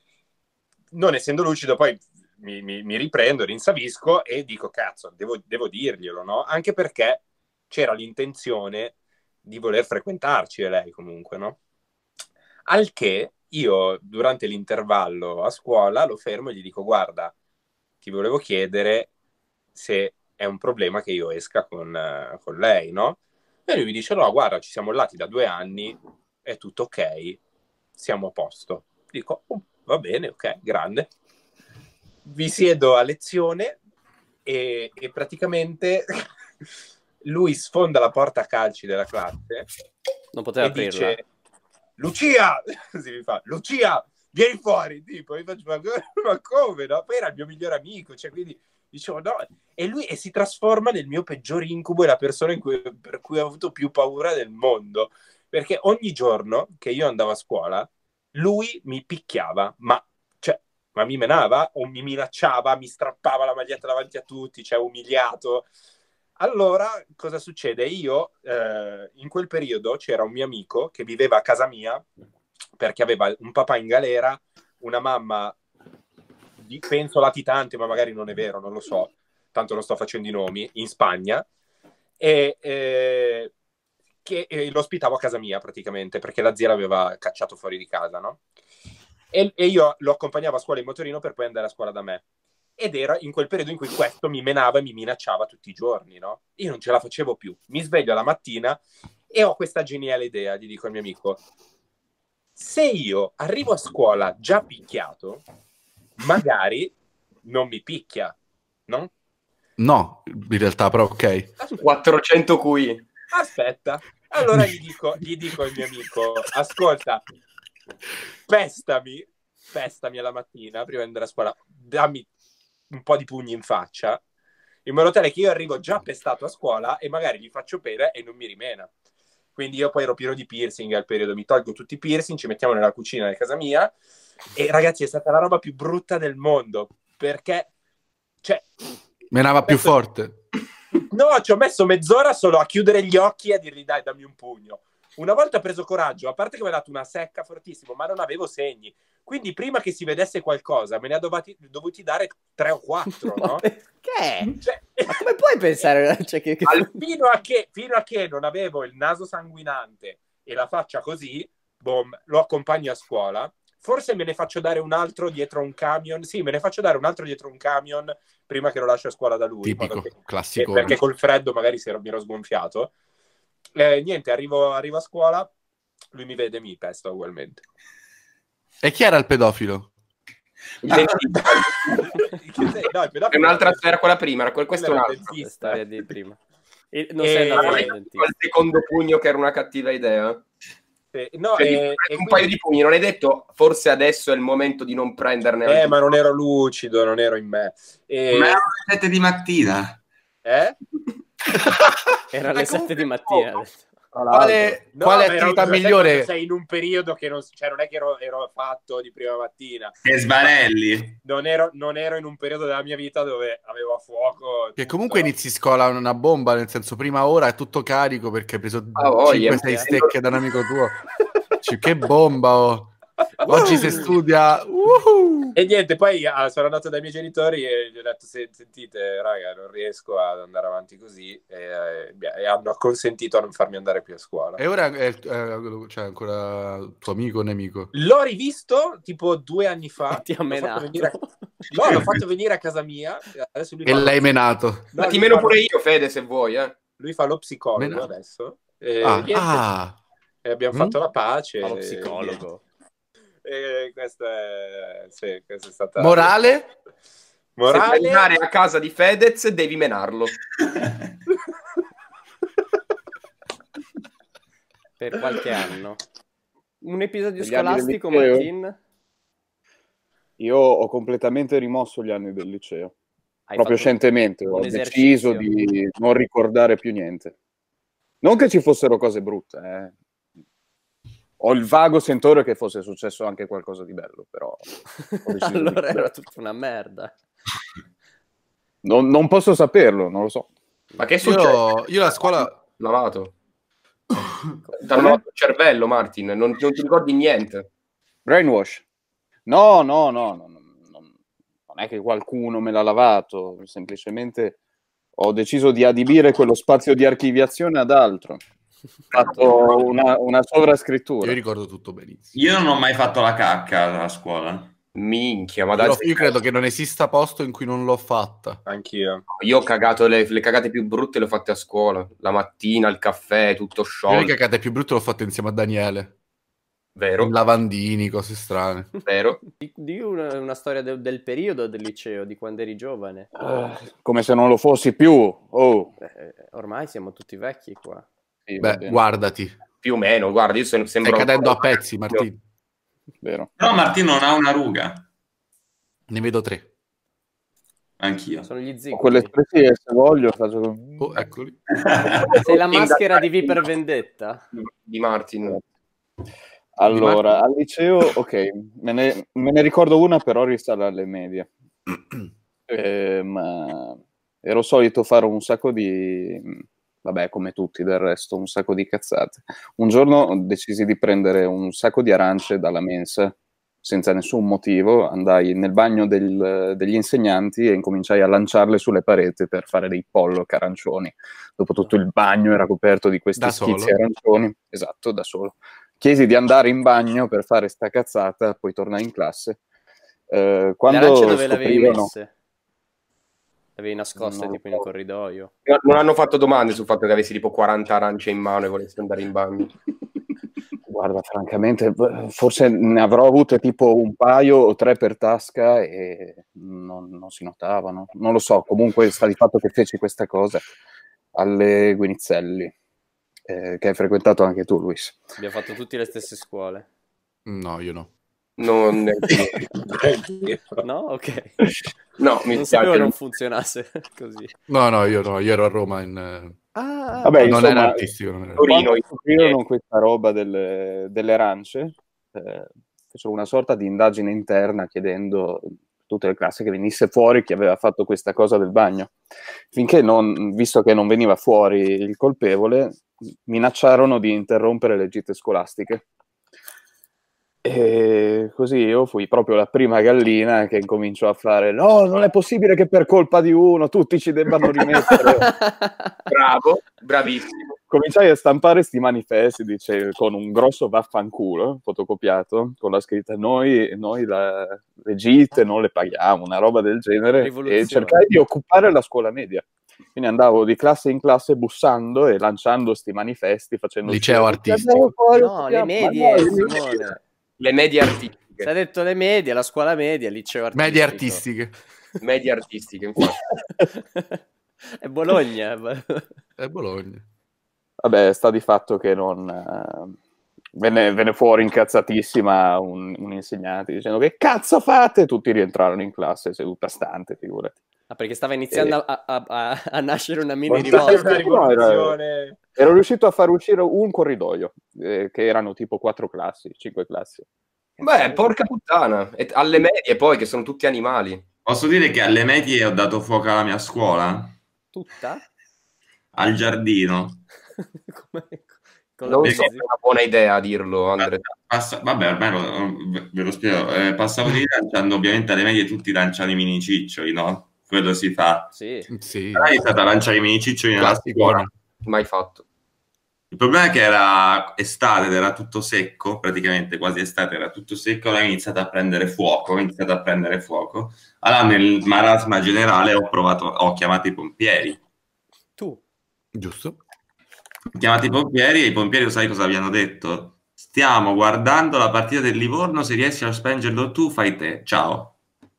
Non essendo lucido, poi mi, mi- mi riprendo, rinsavisco e dico, cazzo, devo, devo dirglielo, no? Anche perché c'era l'intenzione di voler frequentarci e lei comunque, no? Al che io durante l'intervallo a scuola lo fermo e gli dico, guarda, ti volevo chiedere se è un problema che io esca con, eh, con lei, no? E lui mi dice, no, guarda, ci siamo mollati da due anni, è tutto ok, siamo a posto. Dico, "Oh, va bene, ok, grande." Vi siedo a lezione e, e praticamente lui sfonda la porta a calci della classe Non poteva e aprirla. dice, Lucia, così mi fa, Lucia, vieni fuori, tipo, io faccio, ma, ma come, no? Poi era il mio migliore amico, cioè, quindi dicevo, no, e lui e si trasforma nel mio peggior incubo e la persona in cui, per cui ho avuto più paura del mondo, perché ogni giorno che io andavo a scuola, lui mi picchiava, ma, cioè, ma mi menava o mi minacciava, mi strappava la maglietta davanti a tutti, cioè, umiliato. Allora, cosa succede? Io, eh, in quel periodo, c'era un mio amico che viveva a casa mia perché aveva un papà in galera, una mamma, di, penso latitante, ma magari non è vero, non lo so, tanto non sto facendo i nomi, in Spagna, e eh, che eh, lo ospitavo a casa mia praticamente, perché la zia l'aveva cacciato fuori di casa, no? E, e io lo accompagnavo a scuola in motorino per poi andare a scuola da me. Ed era in quel periodo in cui questo mi menava e mi minacciava tutti i giorni, no? Io non ce la facevo più. Mi sveglio la mattina e ho questa geniale idea, gli dico al mio amico, se io arrivo a scuola già picchiato, magari non mi picchia, no? No, in realtà, però ok. quattrocento qui. aspetta. Allora gli dico, gli dico al mio amico, ascolta, pestami, pestami alla mattina prima di andare a scuola, dammi un po' di pugni in faccia, in modo tale che io arrivo già pestato a scuola e magari gli faccio pena e non mi rimena. Quindi io poi ero pieno di piercing al periodo, mi tolgo tutti i piercing, ci mettiamo nella cucina di casa mia e ragazzi è stata la roba più brutta del mondo, perché cioè menava più forte. No, ci ho messo mezz'ora solo a chiudere gli occhi e a dirgli dai dammi un pugno. Una volta ho preso coraggio, a parte che mi ha dato una secca fortissima, ma non avevo segni, quindi prima che si vedesse qualcosa me ne ha dovuti, dovuti dare tre o quattro, no? Perché? Cioè, ma come puoi pensare cioè, che, che... Fino, a che, fino a che non avevo il naso sanguinante e la faccia così, boom, lo accompagno a scuola. Forse me ne faccio dare un altro dietro un camion. Sì, me ne faccio dare un altro dietro un camion prima che lo lascio a scuola da lui. Tipico, che, classico. Perché col freddo magari si ero, mi ero sgonfiato. Eh, niente, arrivo, arrivo a scuola, lui mi vede e mi pesta ugualmente. E chi era il pedofilo? Il Ah, dentista. no, il pedofilo È un'altra era quella prima, era quel, questo è era un il altro. La dentista. storia di prima. E non E- sei andato Ah, dal Col dentista. secondo pugno che era una cattiva idea. Eh, no, Cioè, eh, di- e un quindi- paio di pugni, non hai detto forse adesso è il momento di non prenderne Eh, altri? ma non ero lucido, non ero in me. E... Ma erano le sette di mattina. Eh? Era alle Ma sette di comunque- mattina. ha detto. Quale, No, quale ma era- attività sai migliore? quando sei in un periodo che non, cioè non è che ero, ero fatto di prima mattina. E sbarelli. Non ero, non ero in un periodo della mia vita dove avevo a fuoco. Che tutto. comunque inizi scuola una bomba, nel senso prima ora è tutto carico perché hai preso Ah, voglia, cinque sei eh. stecche da un amico tuo. Cioè, che bomba! Oh. Oggi si studia. Uhu. E niente, poi ah, sono andato dai miei genitori e gli ho detto: "Se- sentite, raga, non riesco ad andare avanti così. E, eh, e hanno consentito a non farmi andare più a scuola. E ora è, è- cioè, ancora tuo amico o nemico? L'ho rivisto tipo due anni fa. Ti ha L'ho menato. fatto venire a... No, l'ho fatto venire a casa mia. Adesso lui E fa lo- l'hai menato. No, Ma ti lui meno fa lo- pure io, Fede, se vuoi, eh. Lui fa lo psicologo Menato. adesso. E, Ah, niente, ah. e abbiamo Mm? fatto la pace. Fa lo e- psicologo. E questa è, sì, questa è stata... Morale? Se puoi Morale? andare a casa di Fedez devi menarlo. Per qualche anno. Un episodio Degli anni del scolastico, liceo? Martin? Io ho completamente rimosso gli anni del liceo. Hai Proprio fatto scientemente, un ho esercizio. deciso di non ricordare più niente. Non che ci fossero cose brutte, eh. Ho il vago sentore che fosse successo anche qualcosa di bello, però ho deciso di- Allora era tutta una merda. non, non posso saperlo, non lo so. Ma che succede? Io, io la scuola... Lavato. Ti hanno lavato il cervello, Martin. Non, non ti ricordi niente. Brainwash? No, no, no, no, no, non non è che qualcuno me l'ha lavato, semplicemente ho deciso di adibire quello spazio di archiviazione ad altro. Ho fatto una, una Io sovrascrittura. ricordo tutto benissimo. Io non ho mai fatto la cacca a scuola. Minchia, ma Io, dai, lo- io credo che non esista posto in cui non l'ho fatta. Anch'io. io ho cagato le, le cagate più brutte le ho fatte a scuola. La mattina, il caffè, tutto Io le sciolto. cagate più brutte l'ho fatte insieme a Daniele. Vero, Lavandini, cose strane. vero. Di, di una, una storia de- del periodo del liceo, di quando eri giovane. Eh, come se non lo fossi più. Oh, Eh, ormai siamo tutti vecchi qua. sì, va Beh, bene, guardati. Più o meno, guarda, io sono, Stai sembro... cadendo a pezzi, Martino. vero. Però Martino non ha una ruga. Ne vedo tre. Anch'io. Sono gli Ho zigomi. quelle espressioni, se voglio, faccio... Oh, eccoli. Sei la maschera di V per Vendetta? Di Martin. Allora, al liceo, ok, me ne, me ne ricordo una, però risale alle medie. Eh, ma ero solito fare un sacco di, vabbè, come tutti del resto, un sacco di cazzate. Un giorno decisi di prendere un sacco di arance dalla mensa, senza nessun motivo, andai nel bagno del- degli insegnanti e incominciai a lanciarle sulle pareti per fare dei pollock arancioni. Dopo tutto il bagno era coperto di questi Da schizzi solo? arancioni. Esatto, da solo. Chiesi di andare in bagno per fare sta cazzata, poi tornai in classe. Eh, Le quando arance dove le avevi scoprivano- messe? Le avevi nascoste Non lo tipo in un so. corridoio? Non hanno fatto domande sul fatto che avessi tipo quaranta arance in mano e volessi andare in bagno. Guarda, francamente, b- forse ne avrò avute tipo un paio o tre per tasca e non, non si notavano. Non lo so, comunque sta di fatto che feci questa cosa alle Guinizelli. eh, che hai frequentato anche tu, Luis. Abbiamo fatto tutti le stesse scuole. No, io no. Non... No? Ok. No, mi non spiace. sapevo non funzionasse così. No, no, io no, io ero a Roma in... Ah, Vabbè, non insomma, era artistico. Non era. Torino, scoprirono questa roba delle, delle arance, eh, fecero una sorta di indagine interna chiedendo a tutte le classi che venisse fuori chi aveva fatto questa cosa del bagno. Finché, non, visto che non veniva fuori il colpevole, minacciarono di interrompere le gite scolastiche. E così io fui proprio la prima gallina che cominciò a fare no, non è possibile che per colpa di uno tutti ci debbano rimettere. Bravo, bravissimo. Cominciai a stampare sti manifesti, dice, con un grosso vaffanculo fotocopiato con la scritta noi, noi la, le gite non le paghiamo, una roba del genere, e cercai di occupare la scuola media. Quindi andavo di classe in classe bussando e lanciando sti manifesti, facendo liceo artistico. Fuori, no, le medie, Simone. Le medie artistiche. Si è detto le medie, la scuola media, il liceo artistico. Medie artistiche. Medie artistiche, infatti. È Bologna. È Bologna. Vabbè, sta di fatto che non... Uh, venne, venne fuori incazzatissima un, un insegnante dicendo che cazzo fate? Tutti rientrarono in classe seduta stante, figurati. Ah, perché stava iniziando e... a, a, a, a nascere una mini rivolta. No, ero, ero riuscito a far uscire un corridoio, eh, che erano tipo quattro classi, cinque classi. Beh, porca puttana. E alle medie poi, che sono tutti animali. Posso dire che alle medie ho dato fuoco alla mia scuola? Tutta? Al giardino. Come... Non so se è una buona idea dirlo, Andrea. Passa... Vabbè, ormai lo... ve lo spiego. Eh, passavo di lì lanciando, ovviamente alle medie tutti lanciano i mini ciccioli, no? Quello si fa. Sì. Sì. Hai iniziato a lanciare i mini ciccioli nella scuola. Mai fatto. Il problema è che era estate ed era tutto secco, praticamente quasi estate, era tutto secco, allora ho iniziato a prendere fuoco, ho iniziato a prendere fuoco. Allora nel marasma generale ho provato, ho chiamato i pompieri. Tu? Giusto. Ho chiamato i pompieri e i pompieri, sai cosa abbiano detto? Stiamo guardando la partita del Livorno, se riesci a spengerlo tu fai te, ciao.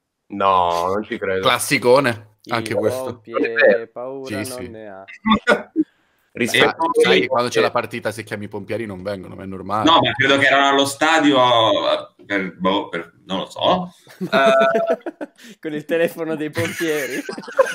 No, non ci credo. Classicone, anche il questo. Pompiere, paura sì, non sì. ne ha. Rispetto, eh, sai, quando c'è la partita, se chiami i pompieri non vengono, ma è normale. No, ma credo che erano allo stadio per, boh, per, non lo so. uh... Con il telefono dei pompieri.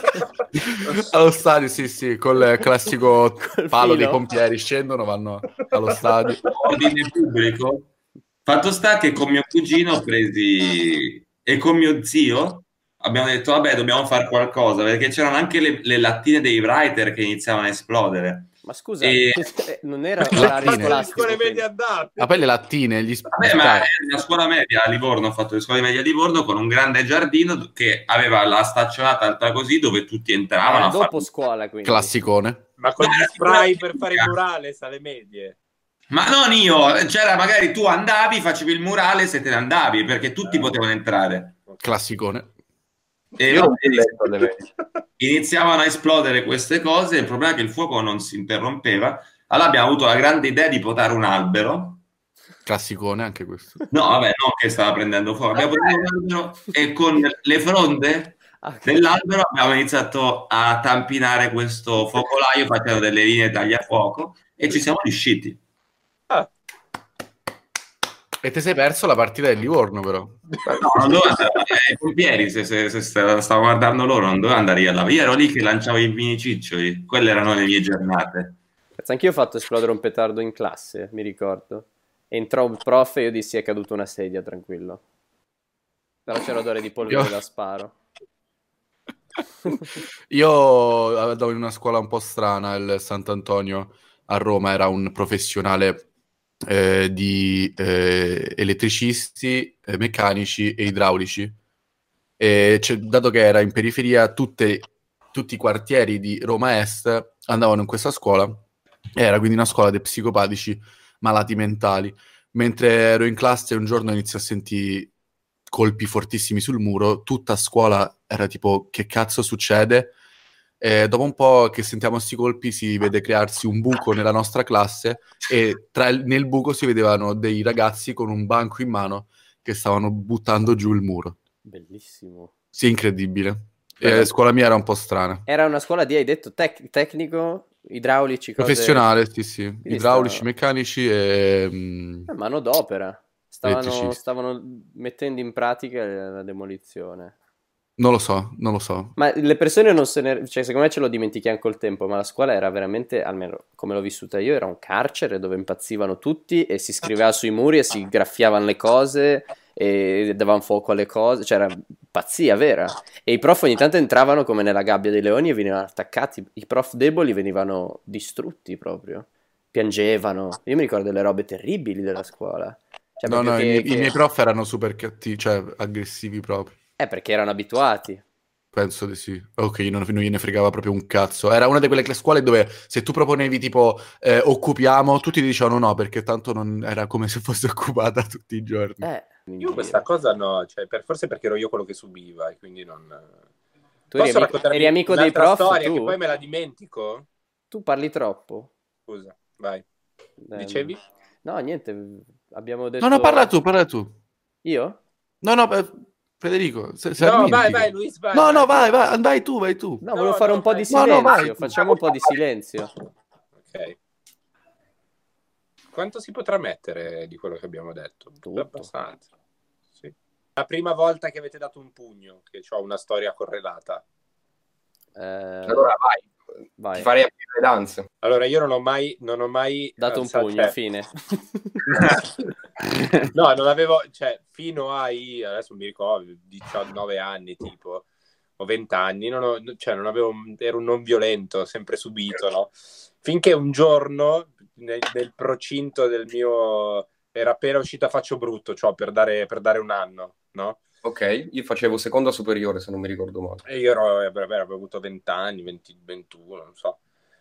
Allo stadio, sì, sì, col classico Col palo filo. dei pompieri, scendono, vanno allo stadio. Ordine pubblico. Fatto sta che con mio cugino ho presi e con mio zio abbiamo detto vabbè, dobbiamo fare qualcosa, perché c'erano anche le, le lattine dei writer che iniziavano a esplodere. Ma scusa, E... non era orario scolastico. Ma poi le lattine, gli sp- Vabbè, ma è una scuola media a Livorno, ho fatto le scuole medie a Livorno con un grande giardino che aveva la staccionata alta così dove tutti entravano. Era a dopo fare... scuola, quindi. Classicone. Ma con gli spray per fare il murale alle medie. Ma non io, c'era magari tu andavi, facevi il murale se te ne andavi, perché tutti potevano entrare. Classicone. E Io vabbè, non ho letto alle medie. iniziavano a esplodere queste cose, il problema è che il fuoco non si interrompeva, allora abbiamo avuto la grande idea di potare un albero. Classicone anche questo. No, vabbè, non che stava prendendo fuoco, abbiamo potato un albero e con le fronde dell'albero abbiamo iniziato a tampinare questo focolaio facendo delle linee tagliafuoco e ci siamo riusciti. Ah. E ti sei perso la partita del Livorno, però. No, non dovevo andare ai pompieri, se, se, se stavo guardando loro, non dovevo andare io alla via, ero lì che lanciavo i mini ciccioli, quelle erano le mie giornate. Anch'io ho fatto esplodere un petardo in classe, mi ricordo. Entrò un prof e io dissi è caduta una sedia, tranquillo. Però c'era odore di polvere Io... da sparo. Io andavo in una scuola un po' strana, il Sant'Antonio a Roma, era un professionale eh, di eh, elettricisti, eh, meccanici e idraulici. E cioè, dato che era in periferia, tutte, tutti i quartieri di Roma Est andavano in questa scuola. Era quindi una scuola dei psicopatici malati mentali. Mentre ero in classe un giorno inizio a sentire colpi fortissimi sul muro, tutta a scuola era tipo che cazzo succede? E dopo un po' che sentiamo sti colpi si vede crearsi un buco nella nostra classe e tra il, nel buco si vedevano dei ragazzi con un banco in mano che stavano buttando giù il muro. Bellissimo. Sì, incredibile. E la scuola mia era un po' strana. Era una scuola di, hai detto, tec- tecnico? idraulici, cose... Professionale, sì, sì. Quindi Idraulici, stavano- meccanici e... mm, Eh, manodopera. Stavano, elettricisti. stavano mettendo in pratica la demolizione. Non lo so, non lo so. Ma le persone non se ne... Cioè, secondo me ce lo dimentichiamo col tempo, ma la scuola era veramente, almeno come l'ho vissuta io, era un carcere dove impazzivano tutti e si scriveva sui muri e si graffiavano le cose e davano fuoco alle cose. Cioè, era pazzia vera. E i prof ogni tanto entravano come nella gabbia dei leoni e venivano attaccati. I prof deboli venivano distrutti proprio. Piangevano. Io mi ricordo delle robe terribili della scuola. Cioè, No, proprio no, che- i, miei, che- i miei prof erano super cattivi, cioè aggressivi proprio. Eh, perché erano abituati. Penso di sì. Ok, non, non gliene fregava proprio un cazzo. Era una di quelle scuole dove se tu proponevi tipo eh, occupiamo, tutti ti dicevano no, perché tanto non era come se fosse occupata tutti i giorni. Eh, Io questa cosa no, cioè, per, forse perché ero io quello che subiva e quindi non... Tu eri Posso amico- raccontarvi eri amico dei un'altra prof, storia tu? che poi me la dimentico? Tu parli troppo. Scusa, vai. Eh, Dicevi? No, niente, abbiamo detto... No, no, parla tu, parla tu. Io? No, no, eh, Federico, se, se No, armenti- vai, vai, Luis, vai. No, vai. no, vai, vai, vai tu, vai tu. No, volevo fare un po' di No, silenzio. no, vai. Facciamo un po' di silenzio. Ok. Quanto si potrà mettere di quello che abbiamo detto? Tutto. Abbastanza. Sì. La prima volta che avete dato un pugno, che ho una storia correlata. Eh, Allora vai, vai. ti farei aprire le danze. Allora, io non ho mai, non ho mai Dato un alzato- pugno, cioè- fine. No, non avevo, cioè, fino ai, adesso mi ricordo, diciannove anni, tipo, o venti anni, non ho, cioè, non avevo, ero un non violento, sempre subito, no? Finché un giorno, nel, nel procinto del mio, era appena uscita Faccio Brutto, cioè, per dare, per dare un anno, no? Ok, io facevo seconda superiore, se non mi ricordo male. E io ero, eh, beh, avevo avuto venti anni, venti, ventuno, non so.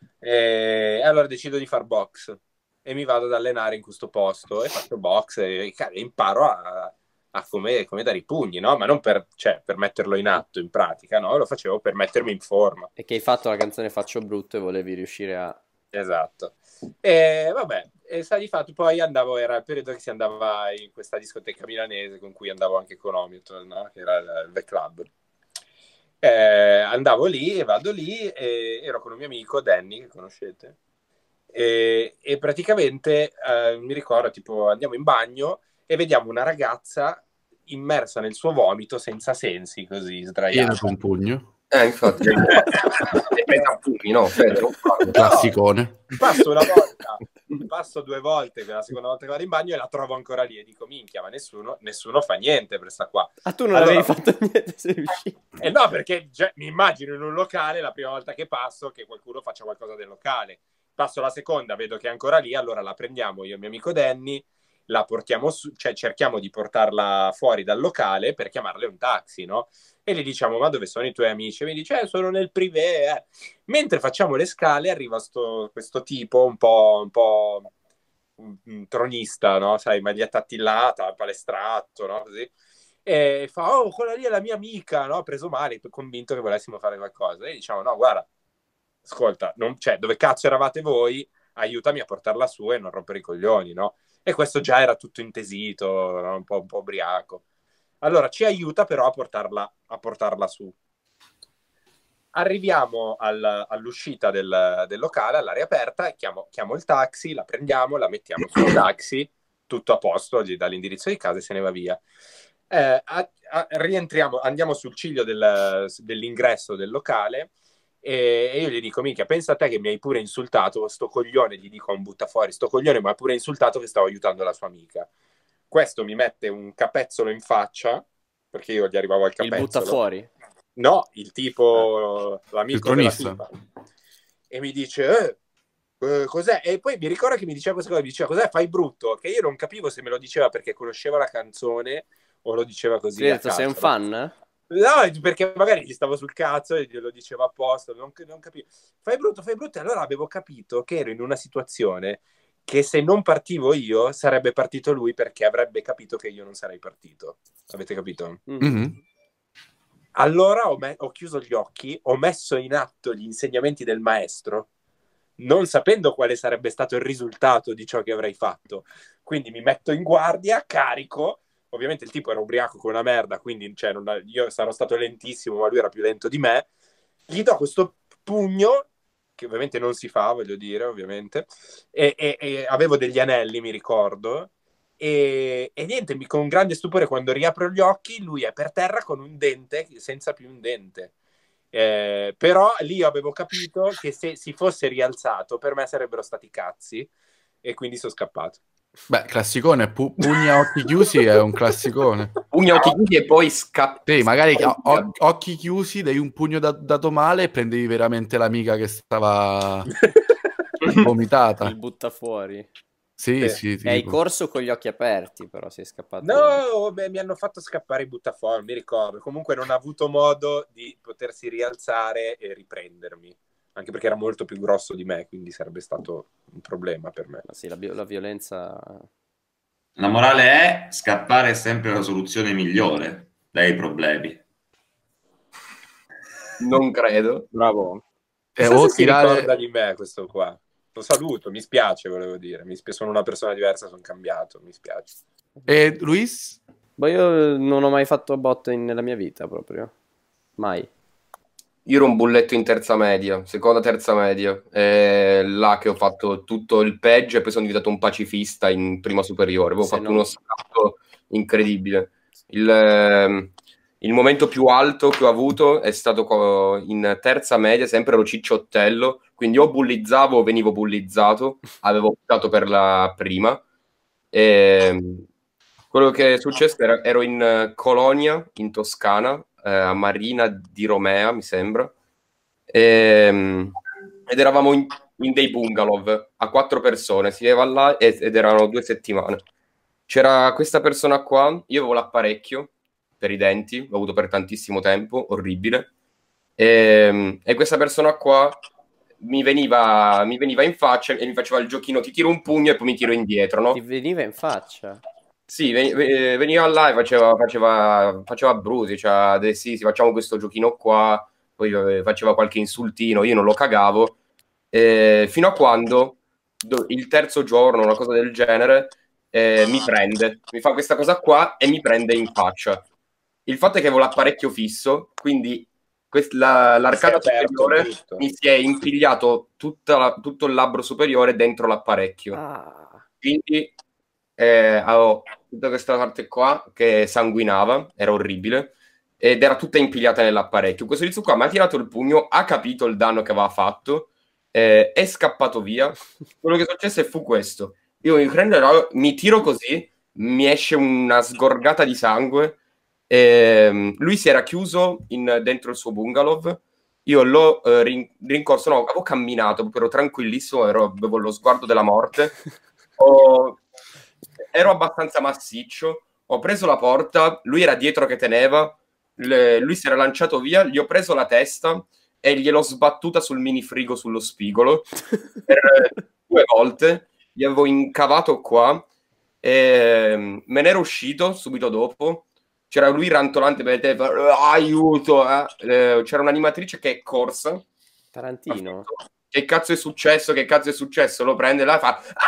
E allora decido di far box e mi vado ad allenare in questo posto e faccio box e, e imparo a, a come, come dare i pugni, no? Ma non per, cioè, per metterlo in atto, in pratica, no? Lo facevo per mettermi in forma. E che hai fatto la canzone Faccio Brutto e volevi riuscire a... Esatto. E vabbè, e sta di fatto, poi andavo, era il periodo che si andava in questa discoteca milanese con cui andavo anche con Omilton, no? Che era il, il The Club. Eh, andavo lì e vado lì e ero con un mio amico Danny, che conoscete, e, e praticamente eh, mi ricordo, tipo, andiamo in bagno e vediamo una ragazza immersa nel suo vomito senza sensi, così Pieno sdraiata. con pugno. Eh, infatti. E pensa pugni, no, Fede, non farlo. Classicone. Passo una volta, passo due volte, la seconda volta che vado in bagno e la trovo ancora lì e dico minchia, ma nessuno, nessuno fa niente per sta qua. Ah, tu non Allora- avevi fatto niente, sei riuscito. Eh no, perché già, mi immagino in un locale la prima volta che passo che qualcuno faccia qualcosa del locale. Passo la seconda, vedo che è ancora lì, allora la prendiamo io e mio amico Danny, la portiamo su, cioè cerchiamo di portarla fuori dal locale per chiamarle un taxi, no? E gli diciamo, ma dove sono i tuoi amici? E mi dice, eh, sono nel privé. eh. Mentre facciamo le scale arriva sto, questo tipo un po', un po' un, un tronista, no? Sai, maglietta attillata, palestrato, no? Così. E fa, oh, quella lì è la mia amica, no? Preso male, convinto che volessimo fare qualcosa. E diciamo, no, guarda, ascolta, non, cioè, dove cazzo eravate voi? Aiutami a portarla su e non rompere i coglioni, no? E questo già era tutto intesito, no? un po', un po' ubriaco. Allora ci aiuta però a portarla, a portarla su. Arriviamo al, all'uscita del, del locale, all'aria aperta, chiamo, chiamo il taxi, la prendiamo, la mettiamo sul taxi, tutto a posto, gli dà l'indirizzo di casa e se ne va via. Eh, a, a, rientriamo, andiamo sul ciglio del, dell'ingresso del locale e, e io gli dico, minchia, pensa a te che mi hai pure insultato, sto coglione, gli dico a un buttafuori, sto coglione mi ha pure insultato che stavo aiutando la sua amica. Questo mi mette un capezzolo in faccia, perché io gli arrivavo al Il capezzolo. butta fuori. No, il tipo, l'amico Il della cronista. tipa. E mi dice, eh, eh, cos'è? E poi mi ricordo che mi diceva questa cosa, mi diceva, cos'è? Fai brutto? Che io non capivo se me lo diceva perché conosceva la canzone o lo diceva così. Ti hai a detto, caso, sei un no? fan? No, perché magari gli stavo sul cazzo e glielo dicevo apposta, non, non capivo. Fai brutto, fai brutto. E allora avevo capito che ero in una situazione che se non partivo io sarebbe partito lui perché avrebbe capito che io non sarei partito. Avete capito? Mm. Mhm. Allora ho, me- ho chiuso gli occhi, ho messo in atto gli insegnamenti del maestro, non sapendo quale sarebbe stato il risultato di ciò che avrei fatto. Quindi mi metto in guardia, carico. Ovviamente il tipo era ubriaco come una merda, quindi cioè, non ha- io sarò stato lentissimo, ma lui era più lento di me. Gli do questo pugno che ovviamente non si fa, voglio dire, ovviamente, e, e, e avevo degli anelli, mi ricordo, e, e niente, mi, con grande stupore quando riapro gli occhi, lui è per terra con un dente, senza più un dente. Eh, però lì avevo capito che se si fosse rialzato, per me sarebbero stati cazzi, e quindi sono scappato. Beh, classicone, pu- pugni a occhi chiusi è un classicone. Pugni a occhi chiusi e poi scappi. Sì, magari o- o- occhi chiusi, dai un pugno da- dato male e prendevi veramente l'amica che stava vomitata. Il butta fuori. Sì, Sì. sì. E hai tipo. corso con gli occhi aperti, però sei scappato. No, beh, mi hanno fatto scappare i buttafuori, mi ricordo. Comunque non ha avuto modo di potersi rialzare e riprendermi, anche perché era molto più grosso di me, quindi sarebbe stato un problema per me. Ma sì, la, bi- la violenza... La morale è: scappare è sempre la soluzione migliore dai problemi. Non credo. Bravo. Eh, Chissà o se si tirare- ricorda di me questo qua. Lo saluto, mi spiace, volevo dire. Mi spi- sono una persona diversa, sono cambiato, mi spiace. E Luis? Ma io non ho mai fatto bot in- nella mia vita, proprio. Mai. Io ero un bulletto in terza media, seconda terza media, è là che ho fatto tutto il peggio e poi sono diventato un pacifista in prima superiore. Avevo Se fatto non- uno scatto incredibile. Il, ehm, il momento più alto che ho avuto è stato co- in terza media, sempre ero cicciottello, quindi o bullizzavo o venivo bullizzato, avevo optato per la prima. E quello che è successo era ero in eh, Colonia, in Toscana, eh, a Marina di Romea, mi sembra, Ehm, ed eravamo in, in dei bungalow a quattro persone, si viveva là e- ed erano due settimane. C'era questa persona qua, io avevo l'apparecchio per i denti, l'ho avuto per tantissimo tempo, orribile, e, e questa persona qua mi veniva, mi veniva in faccia e mi faceva il giochino, ti tiro un pugno e poi mi tiro indietro, no? Ti veniva in faccia. Sì, ven- ve- veniva là e faceva, faceva, faceva brusi, cioè, de- sì, sì, facciamo questo giochino qua, poi eh, faceva qualche insultino, io non lo cagavo, eh, fino a quando do- il terzo giorno, una cosa del genere, eh, mi prende, mi fa questa cosa qua e mi prende in faccia. Il fatto è che avevo l'apparecchio fisso, quindi quest- la- l'arcata Si è aperto superiore tutto. mi si è impigliato tutta la- tutto il labbro superiore dentro l'apparecchio. Ah. Quindi eh, avevo tutta questa parte qua che sanguinava, era orribile, ed era tutta impigliata nell'apparecchio. Questo tizio qua mi ha tirato il pugno, ha capito il danno che aveva fatto, eh, è scappato via. Quello che è successo fu questo: io mi prendo, mi tiro così, mi esce una sgorgata di sangue, e lui si era chiuso in, dentro il suo bungalow. Io l'ho eh, rin- rincorso, no, avevo camminato, proprio ero tranquillissimo, ero, avevo lo sguardo della morte. Ho- ero abbastanza massiccio, ho preso la porta, lui era dietro che teneva, le- lui si era lanciato via, gli ho preso la testa e gliel'ho sbattuta sul minifrigo sullo spigolo per eh, due volte, gli avevo incavato qua e me ne ero uscito subito dopo. C'era lui rantolante per il telefono, aiuto, eh. Eh, c'era un'animatrice che è corsa. Tarantino. Che cazzo è successo? Che cazzo è successo? Lo prende là e fa: "Ah!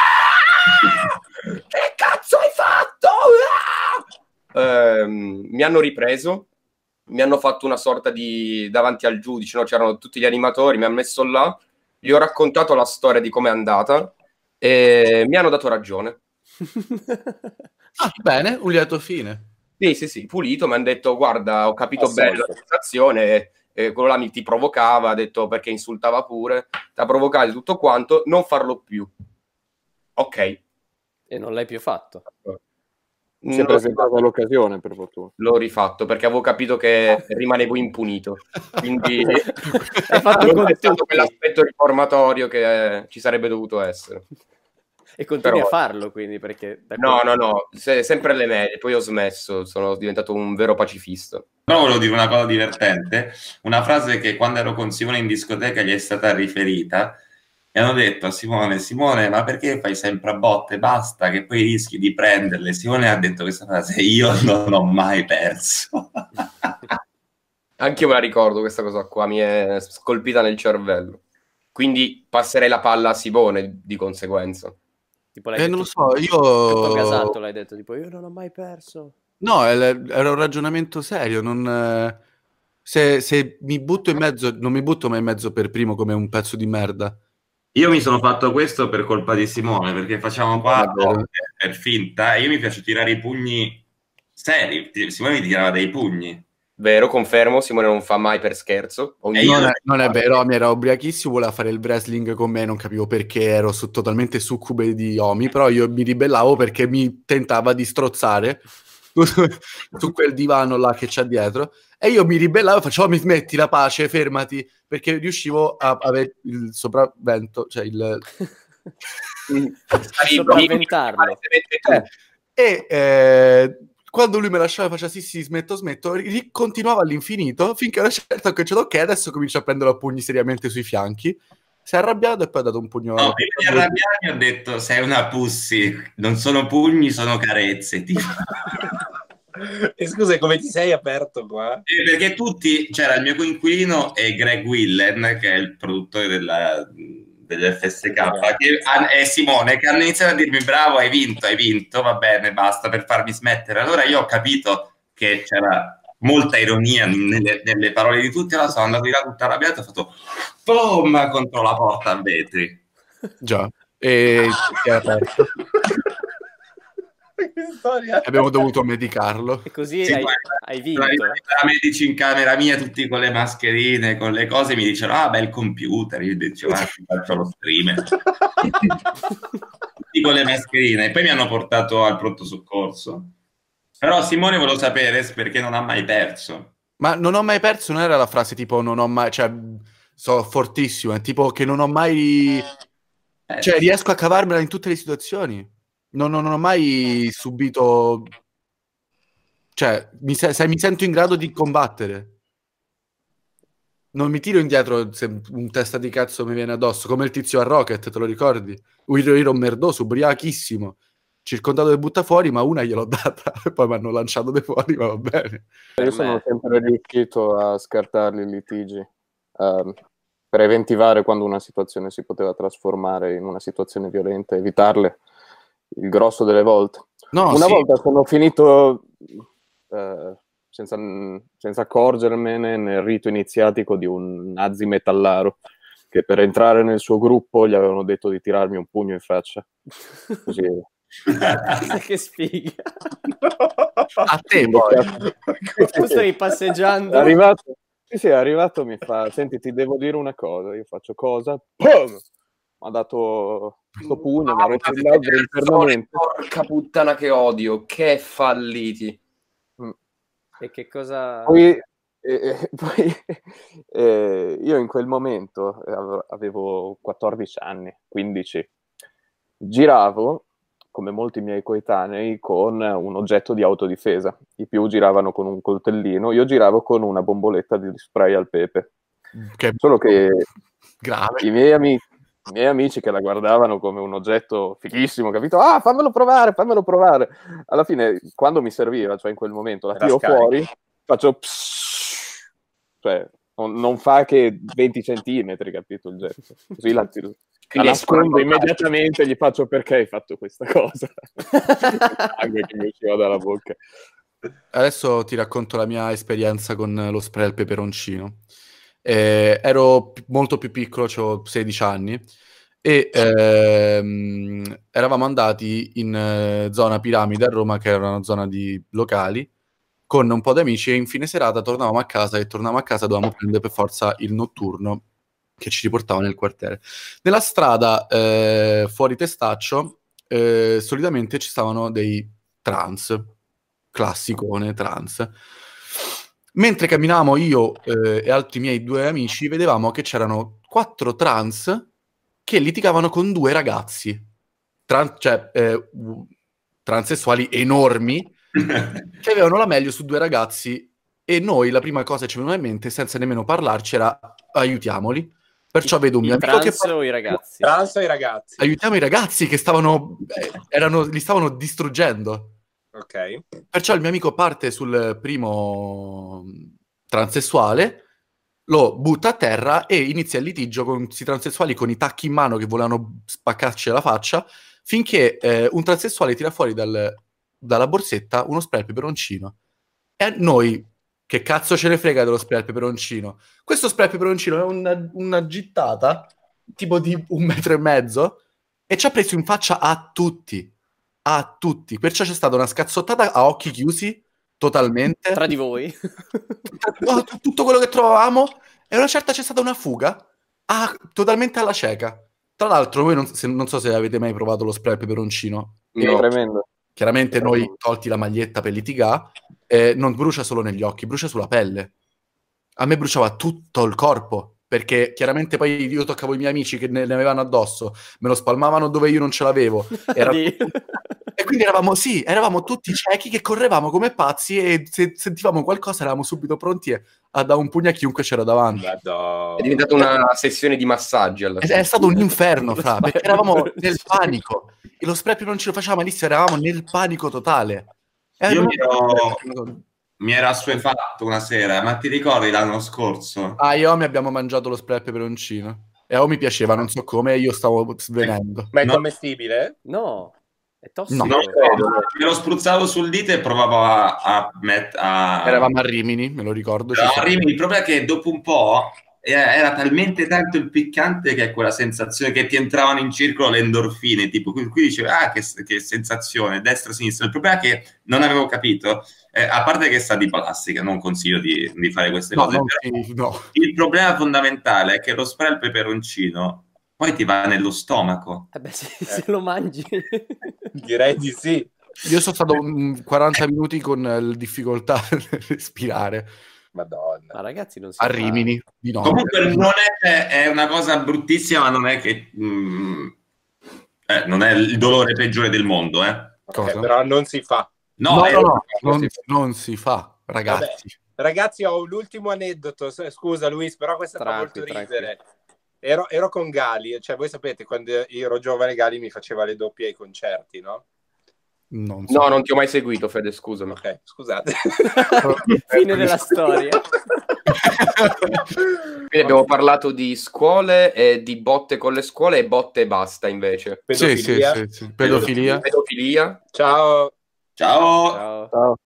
Che cazzo hai fatto?" Ah! Ehm, mi hanno ripreso, mi hanno fatto una sorta di davanti al giudice, no? C'erano tutti gli animatori, mi hanno messo là, gli ho raccontato la storia di com'è andata e mi hanno dato ragione. Ah, bene, un lieto fine. Sì, sì, sì, pulito, mi hanno detto: guarda, ho capito Assolto. bene la sensazione, eh, quello là mi ti provocava, ha detto, perché insultava pure, ti ha provocato tutto quanto, non farlo più. Ok. E non l'hai più fatto. Si è Non presentata l'occasione, per fortuna. l'ho rifatto perché avevo capito che rimanevo impunito, quindi Hai fatto non con c'è stato tutti. quell'aspetto riformatorio che eh, ci sarebbe dovuto essere. E continui Però- a farlo, quindi, perché... da No, quel- no, no, se- sempre alle medie, poi ho smesso, sono diventato un vero pacifista. Però volevo dire una cosa divertente, una frase che quando ero con Simone in discoteca gli è stata riferita, e hanno detto a Simone: Simone, ma perché fai sempre a botte? Basta, che poi rischi di prenderle. Simone ha detto questa frase: io non ho mai perso. Anche io me la ricordo questa cosa qua, mi è scolpita nel cervello. Quindi passerei la palla a Simone di conseguenza. Tipo l'hai Eh, detto non lo so, tutto io... gasato, l'hai detto, tipo, io non ho mai perso. No, è- era un ragionamento serio, non... eh, Se, se mi butto in mezzo, non mi butto mai in mezzo per primo come un pezzo di merda. Io mi sono fatto questo per colpa di Simone, perché facciamo qua Davvero? per finta, e io mi piace tirare i pugni seri. Simone mi tirava dei pugni. Vero, confermo, Simone non fa mai per scherzo. Ogni... Non, è, non è vero, mi era ubriachissimo, voleva fare il wrestling con me, non capivo perché, ero su, totalmente succube di Omi, però io mi ribellavo perché mi tentava di strozzare su quel divano là che c'è dietro, e io mi ribellavo e facevo: mi smetti la pace, fermati, perché riuscivo a avere il sopravvento, cioè il... sopravventarlo. Eh, e eh, quando lui me lasciava e faceva sì sì smetto smetto, ri- continuava all'infinito finché a una certa ho cominciato, ok, adesso comincio a prendere a pugni seriamente sui fianchi. Si è arrabbiato e poi ha dato un pugno. No, prima di arrabbiarmi ho detto: sei una pussy, non sono pugni, sono carezze. Tipo. E scusa, come ti sei aperto qua? Eh, perché tutti, c'era il mio coinquilino e Greg Willen, che è il produttore della, dell'F S K, che, e Simone, che hanno iniziato a dirmi: bravo, hai vinto, hai vinto, va bene, basta, per farmi smettere. Allora io ho capito che c'era molta ironia nelle, nelle parole di tutti, allora sono andato di là tutto arrabbiato e ho fatto boom contro la porta a vetri. Già, e si è aperto. Che storia. Abbiamo dovuto medicarlo. E così Sì, hai, guarda, hai vinto. La medici in camera mia, tutti con le mascherine, con le cose, mi dicevano: ah, bel computer. Io dicevo: ah, faccio lo streamer. Tutti con le mascherine. E poi mi hanno portato al pronto soccorso. Però Simone volevo sapere perché non ha mai perso. Ma non ho mai perso, non era la frase tipo non ho mai, cioè so fortissimo, è tipo che non ho mai, Eh, cioè riesco a cavarmela in tutte le situazioni. Non, non, non ho mai subito, cioè mi, se, se mi sento in grado di combattere. Non mi tiro indietro se un testa di cazzo mi viene addosso, come il tizio a Rocket, te lo ricordi? Io ero merdoso, ubriachissimo, circondato di buttafuori, ma una gliel'ho data e poi mi hanno lanciato dei fuori, ma va bene. Io sono sempre riuscito a scartarli i litigi, um, preventivare quando una situazione si poteva trasformare in una situazione violenta, evitarle il grosso delle volte. No, una sì. volta sono finito uh, senza, senza accorgermene nel rito iniziatico di un nazi metallaro che per entrare nel suo gruppo gli avevano detto di tirarmi un pugno in faccia. Così... Che sfiga. A te poi. Tu stavi passeggiando. È arrivato, sì, sì, è arrivato, mi fa: senti, ti devo dire una cosa. Io faccio: cosa? Pum! Mi ha dato questo pugno, mi ha rotto il labbro internamente. Porca puttana che odio, che falliti. Mm. E che cosa... Poi, eh, poi eh, io in quel momento avevo quattordici anni, quindici. Giravo, come molti miei coetanei, con un oggetto di autodifesa. I più giravano con un coltellino, io giravo con una bomboletta di spray al pepe. Che... Solo che grave. I miei amici, i miei amici che la guardavano come un oggetto fighissimo, capito? Ah, fammelo provare, fammelo provare. Alla fine, quando mi serviva, cioè in quel momento, la tiro fuori, faccio pssst, cioè non, non fa che venti centimetri, capito il gesto? Così la tiro. La nascondo immediatamente e gli faccio: perché hai fatto questa cosa? Sangue che mi usciva dalla bocca. Adesso ti racconto la mia esperienza con lo spray al peperoncino. Eh, ero p- molto più piccolo, avevo sedici anni, e ehm, eravamo andati in eh, zona Piramide a Roma, che era una zona di locali, con un po' di amici, e in fine serata tornavamo a casa e tornavamo a casa dovevamo prendere per forza il notturno che ci riportava nel quartiere. Nella strada eh, fuori Testaccio eh, solitamente ci stavano dei trans, classicone trans. Mentre camminavamo io eh, e altri miei due amici, vedevamo che c'erano quattro trans che litigavano con due ragazzi, Tran- cioè eh, transessuali enormi, che avevano la meglio su due ragazzi, e noi la prima cosa che ci veniva in mente, senza nemmeno parlarci, era: aiutiamoli. Perciò vedo un mio amico che trans o i ragazzi? Trans o i ragazzi? Aiutiamo i ragazzi che stavano, eh, erano, li stavano distruggendo. Ok. Perciò il mio amico parte sul primo transessuale, lo butta a terra e inizia il litigio con questi transessuali con i tacchi in mano che volevano spaccarci la faccia, finché eh, un transessuale tira fuori dal, dalla borsetta uno spray al peperoncino. E noi, che cazzo ce ne frega dello spray al peperoncino? Questo spray al peperoncino è una, una gittata tipo di un metro e mezzo e ci ha preso in faccia a tutti, a tutti. Perciò c'è stata una scazzottata a occhi chiusi, totalmente. Tra di voi. No, t- tutto quello che trovavamo, e a una certa c'è stata una fuga, ah, totalmente alla cieca. Tra l'altro, voi non, se, non so se avete mai provato lo spray al peperoncino. No. Tremendo. Chiaramente noi, tolti la maglietta per litigare, eh, non brucia solo negli occhi, brucia sulla pelle. A me bruciava tutto il corpo, perché chiaramente poi io toccavo i miei amici che ne, ne avevano addosso, me lo spalmavano dove io non ce l'avevo. Era... e quindi eravamo, sì, eravamo tutti ciechi che correvamo come pazzi e se sentivamo qualcosa eravamo subito pronti a dare un pugno a chiunque c'era davanti. Madonna. È diventata una sessione di massaggi alla fine. È, è stato un inferno, fra, perché eravamo nel panico. E lo spray non ce lo faceva malissimo, eravamo nel panico totale. E Io non... mi ero, mi ero assuefatto una sera, ma ti ricordi l'anno scorso? Ah, io mi abbiamo mangiato lo spray al peperoncino. E o mi piaceva, non so come, e io stavo svenendo. Ma è No. commestibile? No, è tossico. No. No, me lo spruzzavo sul dito e provavo a... a, met- a... Eravamo a Rimini, me lo ricordo. No, a Rimini, il problema è che dopo un po' era, era talmente tanto il piccante che è quella sensazione che ti entravano in circolo le endorfine, tipo, qui, qui dicevo, ah, che, che sensazione, destra-sinistra. Il problema è che non avevo capito, eh, a parte che sta di plastica, non consiglio di, di fare queste No, cose, no, però sì, no. il problema fondamentale è che lo spray al peperoncino poi ti va nello stomaco. Eh beh, se, se lo mangi. Direi di sì. Io sono stato un quaranta minuti con eh, difficoltà nel respirare. Madonna. Ma ragazzi, non si A fa. Rimini, di notte. Comunque non è, è una cosa bruttissima, ma non è che mm, eh, non è il dolore peggiore del mondo, eh. Cosa? Eh, però non si fa. No, No, è- no, no, non, non si fa, ragazzi. Ragazzi, ho l'ultimo aneddoto. S- Scusa, Luis, però questa fa Tranqui, molto tranqui. ridere. Ero, ero con Gali, cioè voi sapete, quando io ero giovane Gali mi faceva le doppie ai concerti, no? Non so. No, non ti ho mai seguito, Fede, scusami. Ok, scusate. Fine della storia. Quindi abbiamo parlato di scuole e di botte con le scuole e botte e basta invece. Sì, sì, Pedofilia. sì, sì. Pedofilia. Pedofilia. Ciao. Ciao. Ciao. Ciao.